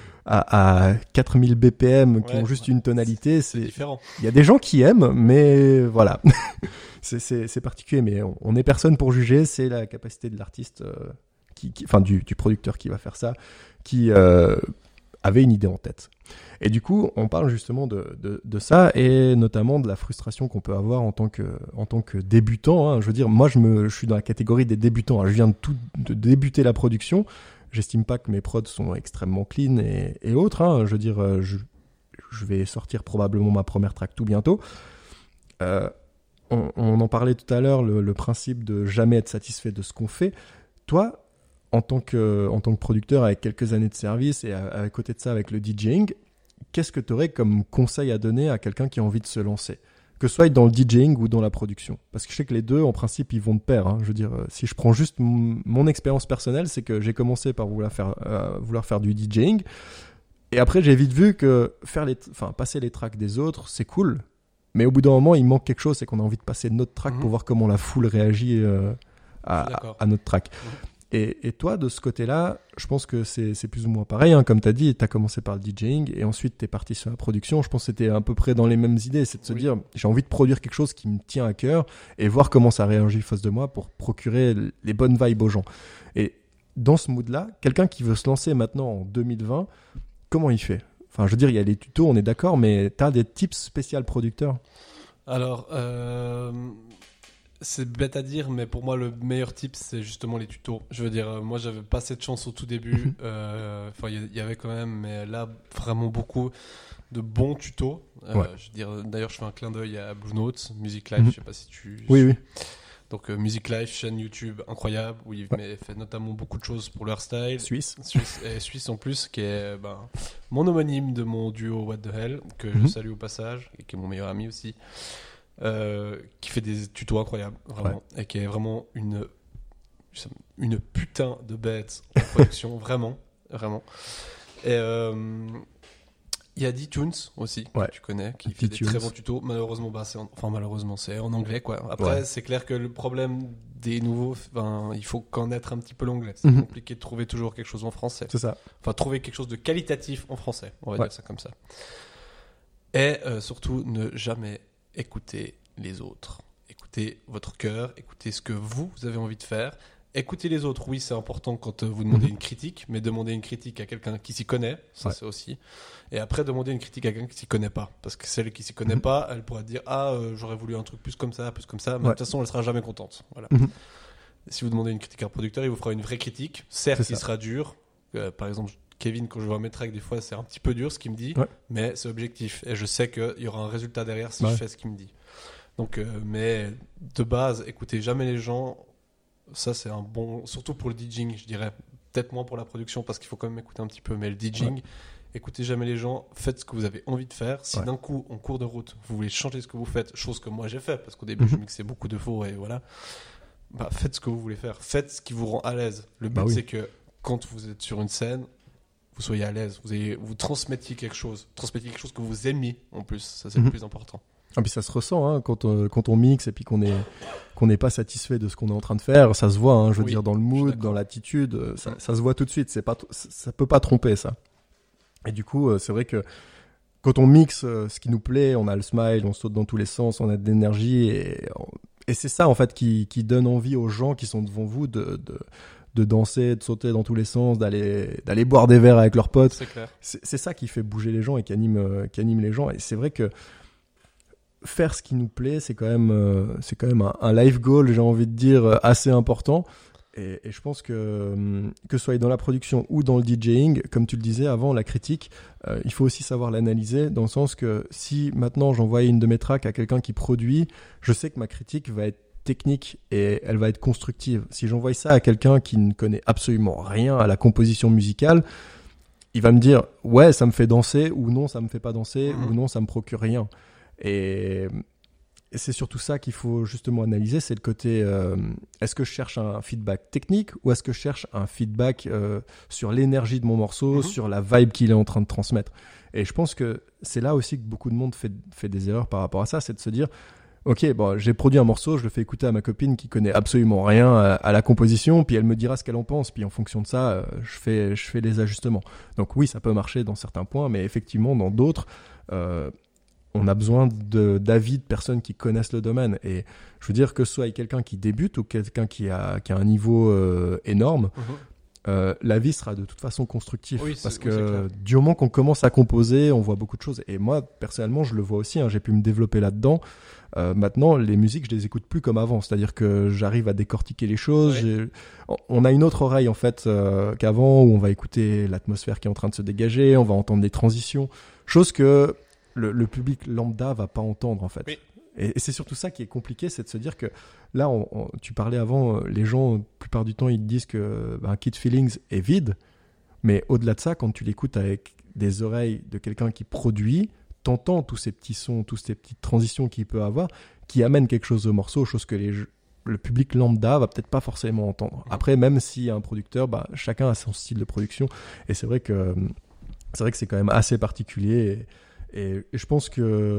à, à quatre mille B P M qui ouais, ont juste ouais. une tonalité, c'est,
c'est différent.
Il y a des gens qui aiment, mais voilà, c'est, c'est, c'est particulier. Mais on, on est personne pour juger. C'est la capacité de l'artiste, euh, qui, qui, enfin du, du producteur qui va faire ça, qui euh, avait une idée en tête. Et du coup, on parle justement de, de, de ça, et notamment de la frustration qu'on peut avoir en tant que, en tant que débutant. Hein. Je veux dire, moi, je, me, je suis dans la catégorie des débutants. Hein. Je viens de, tout, de débuter la production. J'estime pas que mes prods sont extrêmement clean et, et autres. Hein. Je veux dire, je, je vais sortir probablement ma première track tout bientôt. Euh, on, on en parlait tout à l'heure, le, le principe de jamais être satisfait de ce qu'on fait. Toi, en tant que, en tant que producteur avec quelques années de service et à, à côté de ça avec le DJing, qu'est-ce que tu aurais comme conseil à donner à quelqu'un qui a envie de se lancer ? Que ce soit dans le DJing ou dans la production. Parce que je sais que les deux, en principe, ils vont de pair. Hein. Je veux dire, si je prends juste m- mon expérience personnelle, c'est que j'ai commencé par vouloir faire, euh, vouloir faire du DJing. Et après, j'ai vite vu que faire les t- enfin, passer les tracks des autres, c'est cool. Mais au bout d'un moment, il manque quelque chose, c'est qu'on a envie de passer notre track mmh. pour voir comment la foule réagit euh, à, à, à notre track. Mmh. Et, et toi, de ce côté-là, je pense que c'est, c'est plus ou moins pareil. Hein. Comme tu as dit, tu as commencé par le DJing et ensuite tu es parti sur la production. Je pense que c'était à peu près dans les mêmes idées. C'est de se oui. dire, j'ai envie de produire quelque chose qui me tient à cœur et voir comment ça réagit face de moi pour procurer les bonnes vibes aux gens. Et dans ce mood-là, quelqu'un qui veut se lancer maintenant en deux mille vingt, comment il fait ? Enfin, je veux dire, il y a les tutos, on est d'accord, mais tu as des tips spéciaux producteurs ?
Alors... Euh... C'est bête à dire, mais pour moi, le meilleur tip, c'est justement les tutos. Je veux dire, moi, j'avais pas cette chance au tout début. euh, enfin, il y, y avait quand même, mais là, vraiment beaucoup de bons tutos. Euh, ouais. Je veux dire, d'ailleurs, je fais un clin d'œil à Blue Note, Music Life. Mm-hmm. Je sais pas si tu.
Oui, oui.
Donc, euh, Music Life, chaîne YouTube incroyable, où il ouais. fait notamment beaucoup de choses pour leur style.
Suisse.
Suisse, et Suisse en plus, qui est ben, mon homonyme de mon duo What the Hell, que mm-hmm. je salue au passage, et qui est mon meilleur ami aussi. Euh, qui fait des tutos incroyables vraiment ouais. et qui est vraiment une une putain de bête en production vraiment vraiment et il euh, y a D-Tunes aussi ouais. que tu connais qui fait D-Tunes. Des très bons tutos. Malheureusement bah c'est en, enfin malheureusement c'est en anglais quoi. Après ouais. c'est clair que le problème des nouveaux, ben, il faut connaître un petit peu l'anglais. C'est mm-hmm. compliqué de trouver toujours quelque chose en français.
C'est ça.
Enfin trouver quelque chose de qualitatif en français, on va ouais. dire ça comme ça. Et euh, surtout ne jamais écoutez les autres. Écoutez votre cœur, écoutez ce que vous, vous avez envie de faire. Écoutez les autres, oui, c'est important quand vous demandez mmh. une critique, mais demandez une critique à quelqu'un qui s'y connaît, ça ouais. c'est aussi. Et après, demandez une critique à quelqu'un qui s'y connaît pas. Parce que celle qui s'y connaît mmh. pas, elle pourra dire « Ah, euh, j'aurais voulu un truc plus comme ça, plus comme ça. » Mais ouais. de toute façon, elle sera jamais contente. Voilà. Mmh. Si vous demandez une critique à un producteur, il vous fera une vraie critique. Certes, c'est il ça. sera dur. Euh, par exemple, Kevin, quand je vois mes tracks, des fois, c'est un petit peu dur ce qu'il me dit, ouais. mais c'est objectif. Et je sais qu'il y aura un résultat derrière si ouais. je fais ce qu'il me dit. Donc, euh, mais de base, écoutez jamais les gens. Ça, c'est un bon... Surtout pour le DJing, je dirais. Peut-être moins pour la production, parce qu'il faut quand même écouter un petit peu. Mais le DJing, ouais. écoutez jamais les gens. Faites ce que vous avez envie de faire. Si ouais. d'un coup, en cours de route, vous voulez changer ce que vous faites, chose que moi j'ai fait, parce qu'au début, mm-hmm. je mixais beaucoup de faux et voilà. Bah, faites ce que vous voulez faire. Faites ce qui vous rend à l'aise. Le but, bah oui. c'est que quand vous êtes sur une scène, vous soyez à l'aise. Vous, ayez... vous transmettiez quelque chose. Transmettiez quelque chose que vous aimiez, en plus. Ça, c'est mm-hmm. le plus important.
Ah, puis ça se ressent hein, quand, on, quand on mixe et puis qu'on est qu'on n'est pas satisfait de ce qu'on est en train de faire, ça se voit. Hein, je veux
Oui,
dire dans le
je suis
mood,
d'accord.
dans l'attitude, ça, ça se voit tout de suite. C'est pas, ça peut pas tromper ça. Et du coup, c'est vrai que quand on mixe ce qui nous plaît, on a le smile, on saute dans tous les sens, on a de l'énergie et, et c'est ça en fait qui, qui donne envie aux gens qui sont devant vous de, de, de danser, de sauter dans tous les sens, d'aller, d'aller boire des verres avec leurs potes.
C'est clair.
C'est, c'est ça qui fait bouger les gens et qui anime, euh, qui anime les gens. Et c'est vrai que faire ce qui nous plaît, c'est quand même, euh, c'est quand même un, un life goal, j'ai envie de dire, assez important. Et, et je pense que, que ce soit dans la production ou dans le DJing, comme tu le disais avant, la critique, euh, il faut aussi savoir l'analyser, dans le sens que si maintenant j'envoie une de mes tracks à quelqu'un qui produit, je sais que ma critique va être technique et elle va être constructive. Si j'envoie ça à quelqu'un qui ne connaît absolument rien à la composition musicale, il va me dire « ouais, ça me fait danser » ou « non, ça me fait pas danser »
Mmh.
ou « non, ça me procure rien ». Et... Et c'est surtout ça qu'il faut justement analyser, c'est le côté euh, est-ce que je cherche un feedback technique ou est-ce que je cherche un feedback euh, sur l'énergie de mon morceau,
Mm-hmm.
sur la vibe qu'il est en train de transmettre. Et je pense que c'est là aussi que beaucoup de monde fait, fait des erreurs par rapport à ça, c'est de se dire ok, bon, j'ai produit un morceau, je le fais écouter à ma copine qui connaît absolument rien à, à la composition, puis elle me dira ce qu'elle en pense, puis en fonction de ça, euh, je fais, je fais les ajustements. Donc oui, ça peut marcher dans certains points, mais effectivement, dans d'autres... Euh, on a besoin de, d'avis de personnes qui connaissent le domaine. Et je veux dire que ce soit quelqu'un qui débute ou quelqu'un qui a, qui a un niveau euh, énorme,
Mhm.
euh, l'avis sera de toute façon constructif.
Oui, c'est-
parce
oui,
que
c'est clair.
du moment qu'on commence à composer, on voit beaucoup de choses. Et moi, personnellement, je le vois aussi. Hein, j'ai pu me développer là-dedans. Euh, maintenant, les musiques, je les écoute plus comme avant. C'est-à-dire que j'arrive à décortiquer les choses.
Ouais.
J'ai... On a une autre oreille, en fait, euh, qu'avant, où on va écouter l'atmosphère qui est en train de se dégager, on va entendre des transitions. Chose que... Le, le public lambda va pas entendre en fait.
Oui.
Et, et c'est surtout ça qui est compliqué, c'est de se dire que là, on, on, tu parlais avant, les gens, la plupart du temps, ils te disent que ben, Kid Feelings est vide, mais au-delà de ça, quand tu l'écoutes avec des oreilles de quelqu'un qui produit, t'entends tous ces petits sons, toutes ces petites transitions qu'il peut avoir, qui amènent quelque chose au morceau, chose que les, le public lambda va peut-être pas forcément entendre. Après, même s'il y a un producteur, bah, chacun a son style de production, et c'est vrai que c'est vrai que c'est quand même assez particulier. Et, Et, et je pense que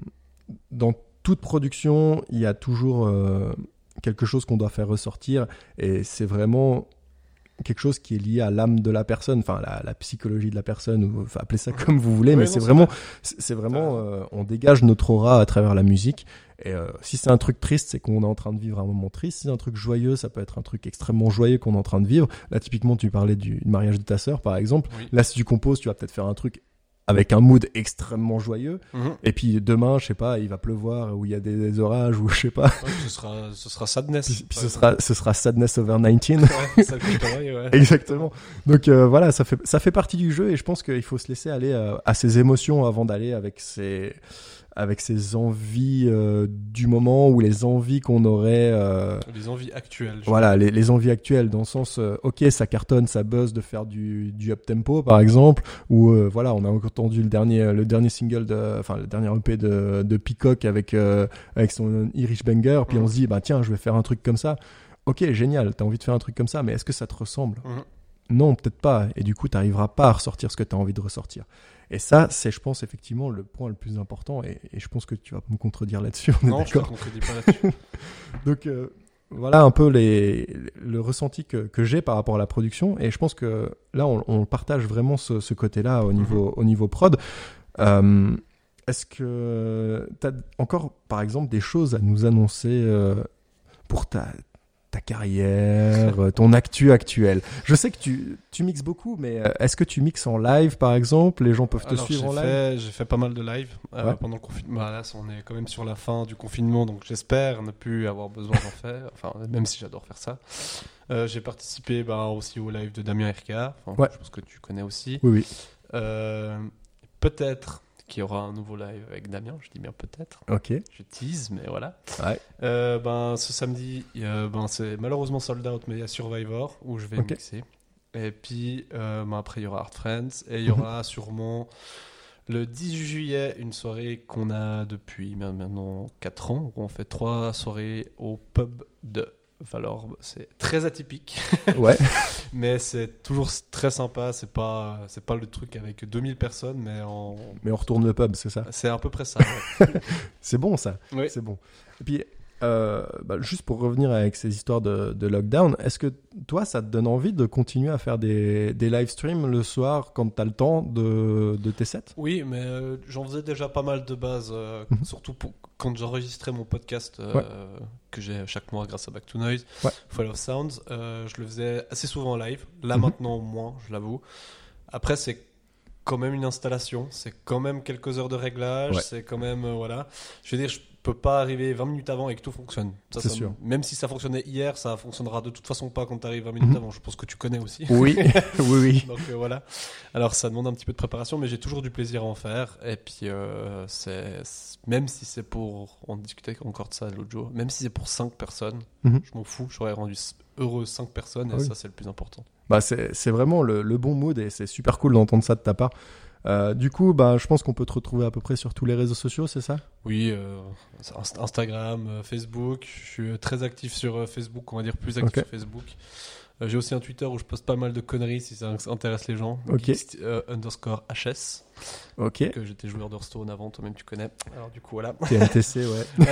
dans toute production, il y a toujours euh, quelque chose qu'on doit faire ressortir. Et c'est vraiment quelque chose qui est lié à l'âme de la personne, enfin la, la psychologie de la personne, ou enfin, appelez ça comme vous voulez,
Oui,
mais
non,
c'est,
c'est
vraiment,
vrai.
c'est, c'est vraiment, euh, on dégage notre aura à travers la musique. Et euh, si c'est un truc triste, c'est qu'on est en train de vivre un moment triste. Si c'est un truc joyeux, ça peut être un truc extrêmement joyeux qu'on est en train de vivre. Là, typiquement, tu parlais du mariage de ta sœur, par exemple.
Oui.
Là, si tu composes, tu vas peut-être faire un truc avec un mood extrêmement joyeux,
Mhm.
et puis demain, je sais pas, il va pleuvoir, ou il y a des, des orages, ou je sais pas,
Ouais, ce sera, ce sera sadness.
puis, puis
par
ce
exemple.
sera, ce sera sadness over dix-neuf.
Ouais, ça fait pareil, ouais.
Exactement. Donc euh, voilà, ça fait, ça fait partie du jeu, et je pense qu'il faut se laisser aller euh, à ses émotions avant d'aller avec ses, avec ses envies euh, du moment, ou les envies qu'on aurait... Euh,
Les envies actuelles. je
Voilà, les, les envies actuelles, dans le sens, euh, ok, ça cartonne, ça buzz de faire du, du up-tempo, par exemple, ou euh, voilà, on a entendu le dernier, le dernier single, de, enfin, le dernier E P de, de Peacock avec, euh, avec son Irish Banger, puis
Mhm.
on se dit, bah tiens, je vais faire un truc comme ça. Ok, génial, t'as envie de faire un truc comme ça, mais est-ce que ça te ressemble ?
Mhm.
Non, peut-être pas, et du coup, t'arriveras pas à ressortir ce que t'as envie de ressortir. Et ça, c'est, je pense, effectivement, le point le plus important, et, et je pense que tu vas me contredire là-dessus, on est
Non, je te
d'accord ?
contredis pas là-dessus.
Donc euh, voilà un peu les, le ressenti que, que j'ai par rapport à la production, et je pense que là on, on partage vraiment ce, ce côté-là au niveau,
Mm-hmm.
au niveau prod. Euh, est-ce que tu as encore par exemple des choses à nous annoncer euh, pour ta, ta carrière, euh, ton actu actuel? Je sais que tu, tu mixes beaucoup, mais euh, est-ce que tu mixes en live par exemple? Les gens peuvent te
Alors,
suivre
j'ai
en live?
fait, j'ai fait pas mal de live euh,
Ouais.
pendant le confinement. Bah, là, on est quand même sur la fin du confinement, donc j'espère ne plus avoir besoin d'en faire. Enfin, même si j'adore faire ça. Euh, j'ai participé bah, aussi au live de Damien Erka. Enfin,
Ouais.
Je pense que tu connais aussi.
Oui, oui.
Euh, peut-être qu'il y aura un nouveau live avec Damien. Je dis bien peut-être.
Ok.
Je tease, mais voilà.
Ouais.
Euh, ben, ce samedi, il y a- ben, c'est malheureusement sold out, mais il y a Survivor où je vais
Ok.
mixer. Et puis euh, ben, après, il y aura Art Friends. Et il y
Mhm.
aura sûrement le dix juillet une soirée qu'on a depuis maintenant quatre ans, où on fait trois soirées au pub de alors c'est très atypique.
Ouais.
Mais c'est toujours très sympa. C'est pas, c'est pas le truc avec deux mille personnes, mais en...
Mais on retourne le pub, c'est ça?
C'est à peu près ça. Ouais.
C'est bon, ça.
Oui.
C'est bon. Et puis, euh, bah, juste pour revenir avec ces histoires de, de lockdown, est-ce que toi, ça te donne envie de continuer à faire des, des live streams le soir quand tu as le temps de, de tes sets?
Oui, mais euh, j'en faisais déjà pas mal de base, euh,
Mhm.
surtout pour, quand j'enregistrais mon podcast euh,
Ouais.
que j'ai chaque mois grâce à Back to Noise,
Ouais.
Fall of Sounds. Euh, je le faisais assez souvent en live. Là
Mhm.
maintenant moins, je l'avoue. Après c'est quand même une installation, c'est quand même quelques heures de réglage,
Ouais.
c'est quand même euh, voilà. Je veux dire, je peux pas arriver vingt minutes avant et que tout fonctionne. Ça,
C'est
ça me-
sûr.
Même si ça fonctionnait hier, ça fonctionnera de toute façon pas quand tu arrives vingt minutes
Mhm.
avant. Je pense que tu connais aussi.
Oui, oui, oui.
Donc euh, voilà. Alors ça demande un petit peu de préparation, mais j'ai toujours du plaisir à en faire. Et puis euh, c'est c'est- même si c'est pour, on discutait encore de ça l'autre jour, même si c'est pour cinq personnes,
Mhm.
je m'en fous. J'aurais rendu s- heureux cinq personnes et
Ah oui.
ça c'est le plus important.
Bah, c'est, c'est vraiment le, le bon mood et c'est super cool d'entendre ça de ta part. Euh, du coup, bah, je pense qu'on peut te retrouver à peu près sur tous les réseaux sociaux, c'est ça?
Oui, euh, Inst- Instagram, euh, Facebook. Je suis euh, très actif sur euh, Facebook, on va dire plus actif
Ok.
sur Facebook. Euh, j'ai aussi un Twitter où je poste pas mal de conneries si ça intéresse les gens.
Ok.
Geeks, euh, underscore H S.
Ok.
Que j'étais joueur d'Hearthstone avant, toi-même tu connais. Alors du coup voilà.
T N T C, ouais.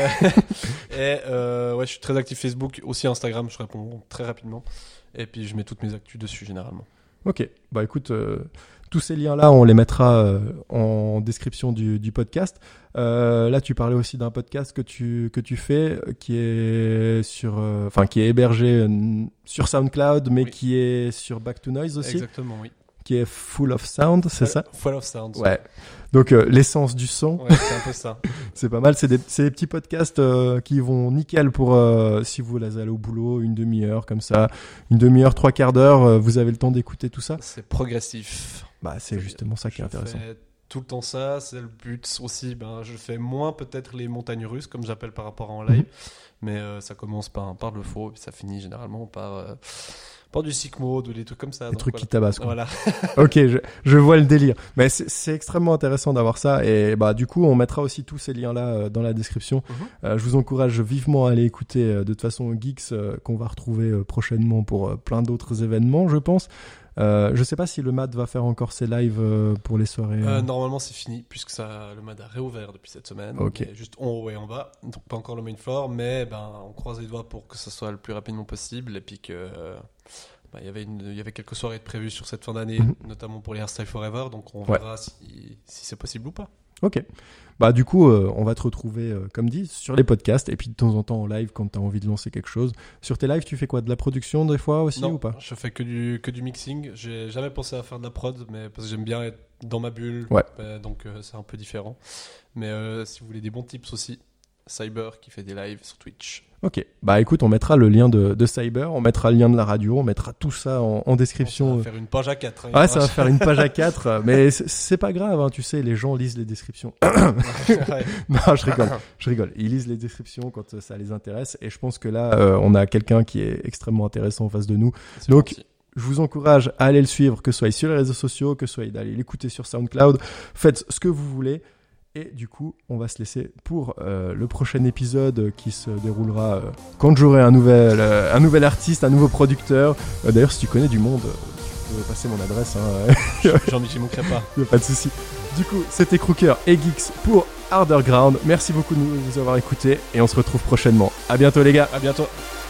Et euh, ouais, je suis très actif Facebook, aussi Instagram, je réponds très rapidement. Et puis je mets toutes mes actus dessus généralement.
Ok, bah écoute, euh, tous ces liens-là, on les mettra euh, en description du, du podcast. Euh, là, tu parlais aussi d'un podcast que tu que tu fais, euh, qui est sur, euh, enfin, qui est hébergé euh, sur SoundCloud, mais
Oui.
qui est sur Back to Noise aussi,
Exactement, oui.
qui est Full of Sound, c'est ça?
Fall of Sounds.
Ouais. Donc euh, l'essence du son,
Ouais, c'est un peu ça.
c'est pas mal. C'est des, c'est des petits podcasts euh, qui vont nickel pour euh, si vous voulez aller au boulot, une demi-heure comme ça, une demi-heure, trois quarts d'heure, euh, vous avez le temps d'écouter tout ça.
C'est progressif.
Bah c'est justement ça qui est
Je
intéressant.
fais tout le temps ça, c'est le but aussi. Ben, je fais moins peut-être les montagnes russes, comme j'appelle par rapport à en live,
Mhm.
mais euh, ça commence par, par le faux, et puis ça finit généralement par, euh, par du sick mode ou des trucs comme ça.
Des
donc
trucs
voilà.
qui tabassent, quoi.
Voilà.
Ok, je, je vois le délire. Mais c'est, c'est extrêmement intéressant d'avoir ça. Et bah du coup, on mettra aussi tous ces liens-là euh, dans la description.
Mhm.
Euh, je vous encourage vivement à aller écouter euh, de toute façon Geeks euh, qu'on va retrouver euh, prochainement pour euh, plein d'autres événements, je pense. Euh, je sais pas si le M A D va faire encore ses lives euh, pour les soirées.
Euh,
euh.
normalement, c'est fini, puisque ça, le M A D a réouvert depuis cette semaine.
Ok.
Il y a juste en haut et en bas, donc pas encore le main floor, mais ben, on croise les doigts pour que ça soit le plus rapidement possible. Et puis que. euh, ben, il y avait une- il y avait quelques soirées de prévues sur cette fin d'année,
Mhm.
notamment pour les Hairstyle Forever, donc on
Ouais.
verra si, si c'est possible ou pas.
Ok. Bah du coup, euh, on va te retrouver, euh, comme dit, sur les podcasts et puis de temps en temps en live quand tu as envie de lancer quelque chose. Sur tes lives, tu fais quoi? De la production des fois aussi
Non,
ou pas?
je fais que du, que du mixing. J'ai jamais pensé à faire de la prod, mais parce que j'aime bien être dans ma bulle,
Ouais.
euh, donc euh, c'est un peu différent. Mais euh, si vous voulez des bons tips aussi, Cyber qui fait des lives sur Twitch.
Ok. Bah écoute, on mettra le lien de, de Cyber, on mettra le lien de la radio, on mettra tout ça en, en description.
Ça va faire une page à quatre. hein,
Ouais, ça va faire une page à quatre, mais c'est- c'est pas grave, hein, tu sais, les gens lisent les descriptions.
Ouais.
Non, je rigole, je rigole. Ils lisent les descriptions quand euh, ça les intéresse, et je pense que là, euh, on a quelqu'un qui est extrêmement intéressant en face de nous.
C'est
Donc,
gentil.
Je vous encourage à aller le suivre, que ce soit sur les réseaux sociaux, que ce soit d'aller l'écouter sur SoundCloud. Faites ce que vous voulez. Et du coup, on va se laisser pour euh, le prochain épisode qui se déroulera euh, quand j'aurai un nouvel, euh, un nouvel artiste, un nouveau producteur. Euh, D'ailleurs, si tu connais du monde, euh, tu peux passer mon adresse. Hein,
Jean-Michel, j'y manquerai pas.
y a pas de souci. Du coup, c'était Crooker et Geeks pour Underground. Merci beaucoup de nous avoir écoutés et on se retrouve prochainement. À bientôt les gars.
À bientôt.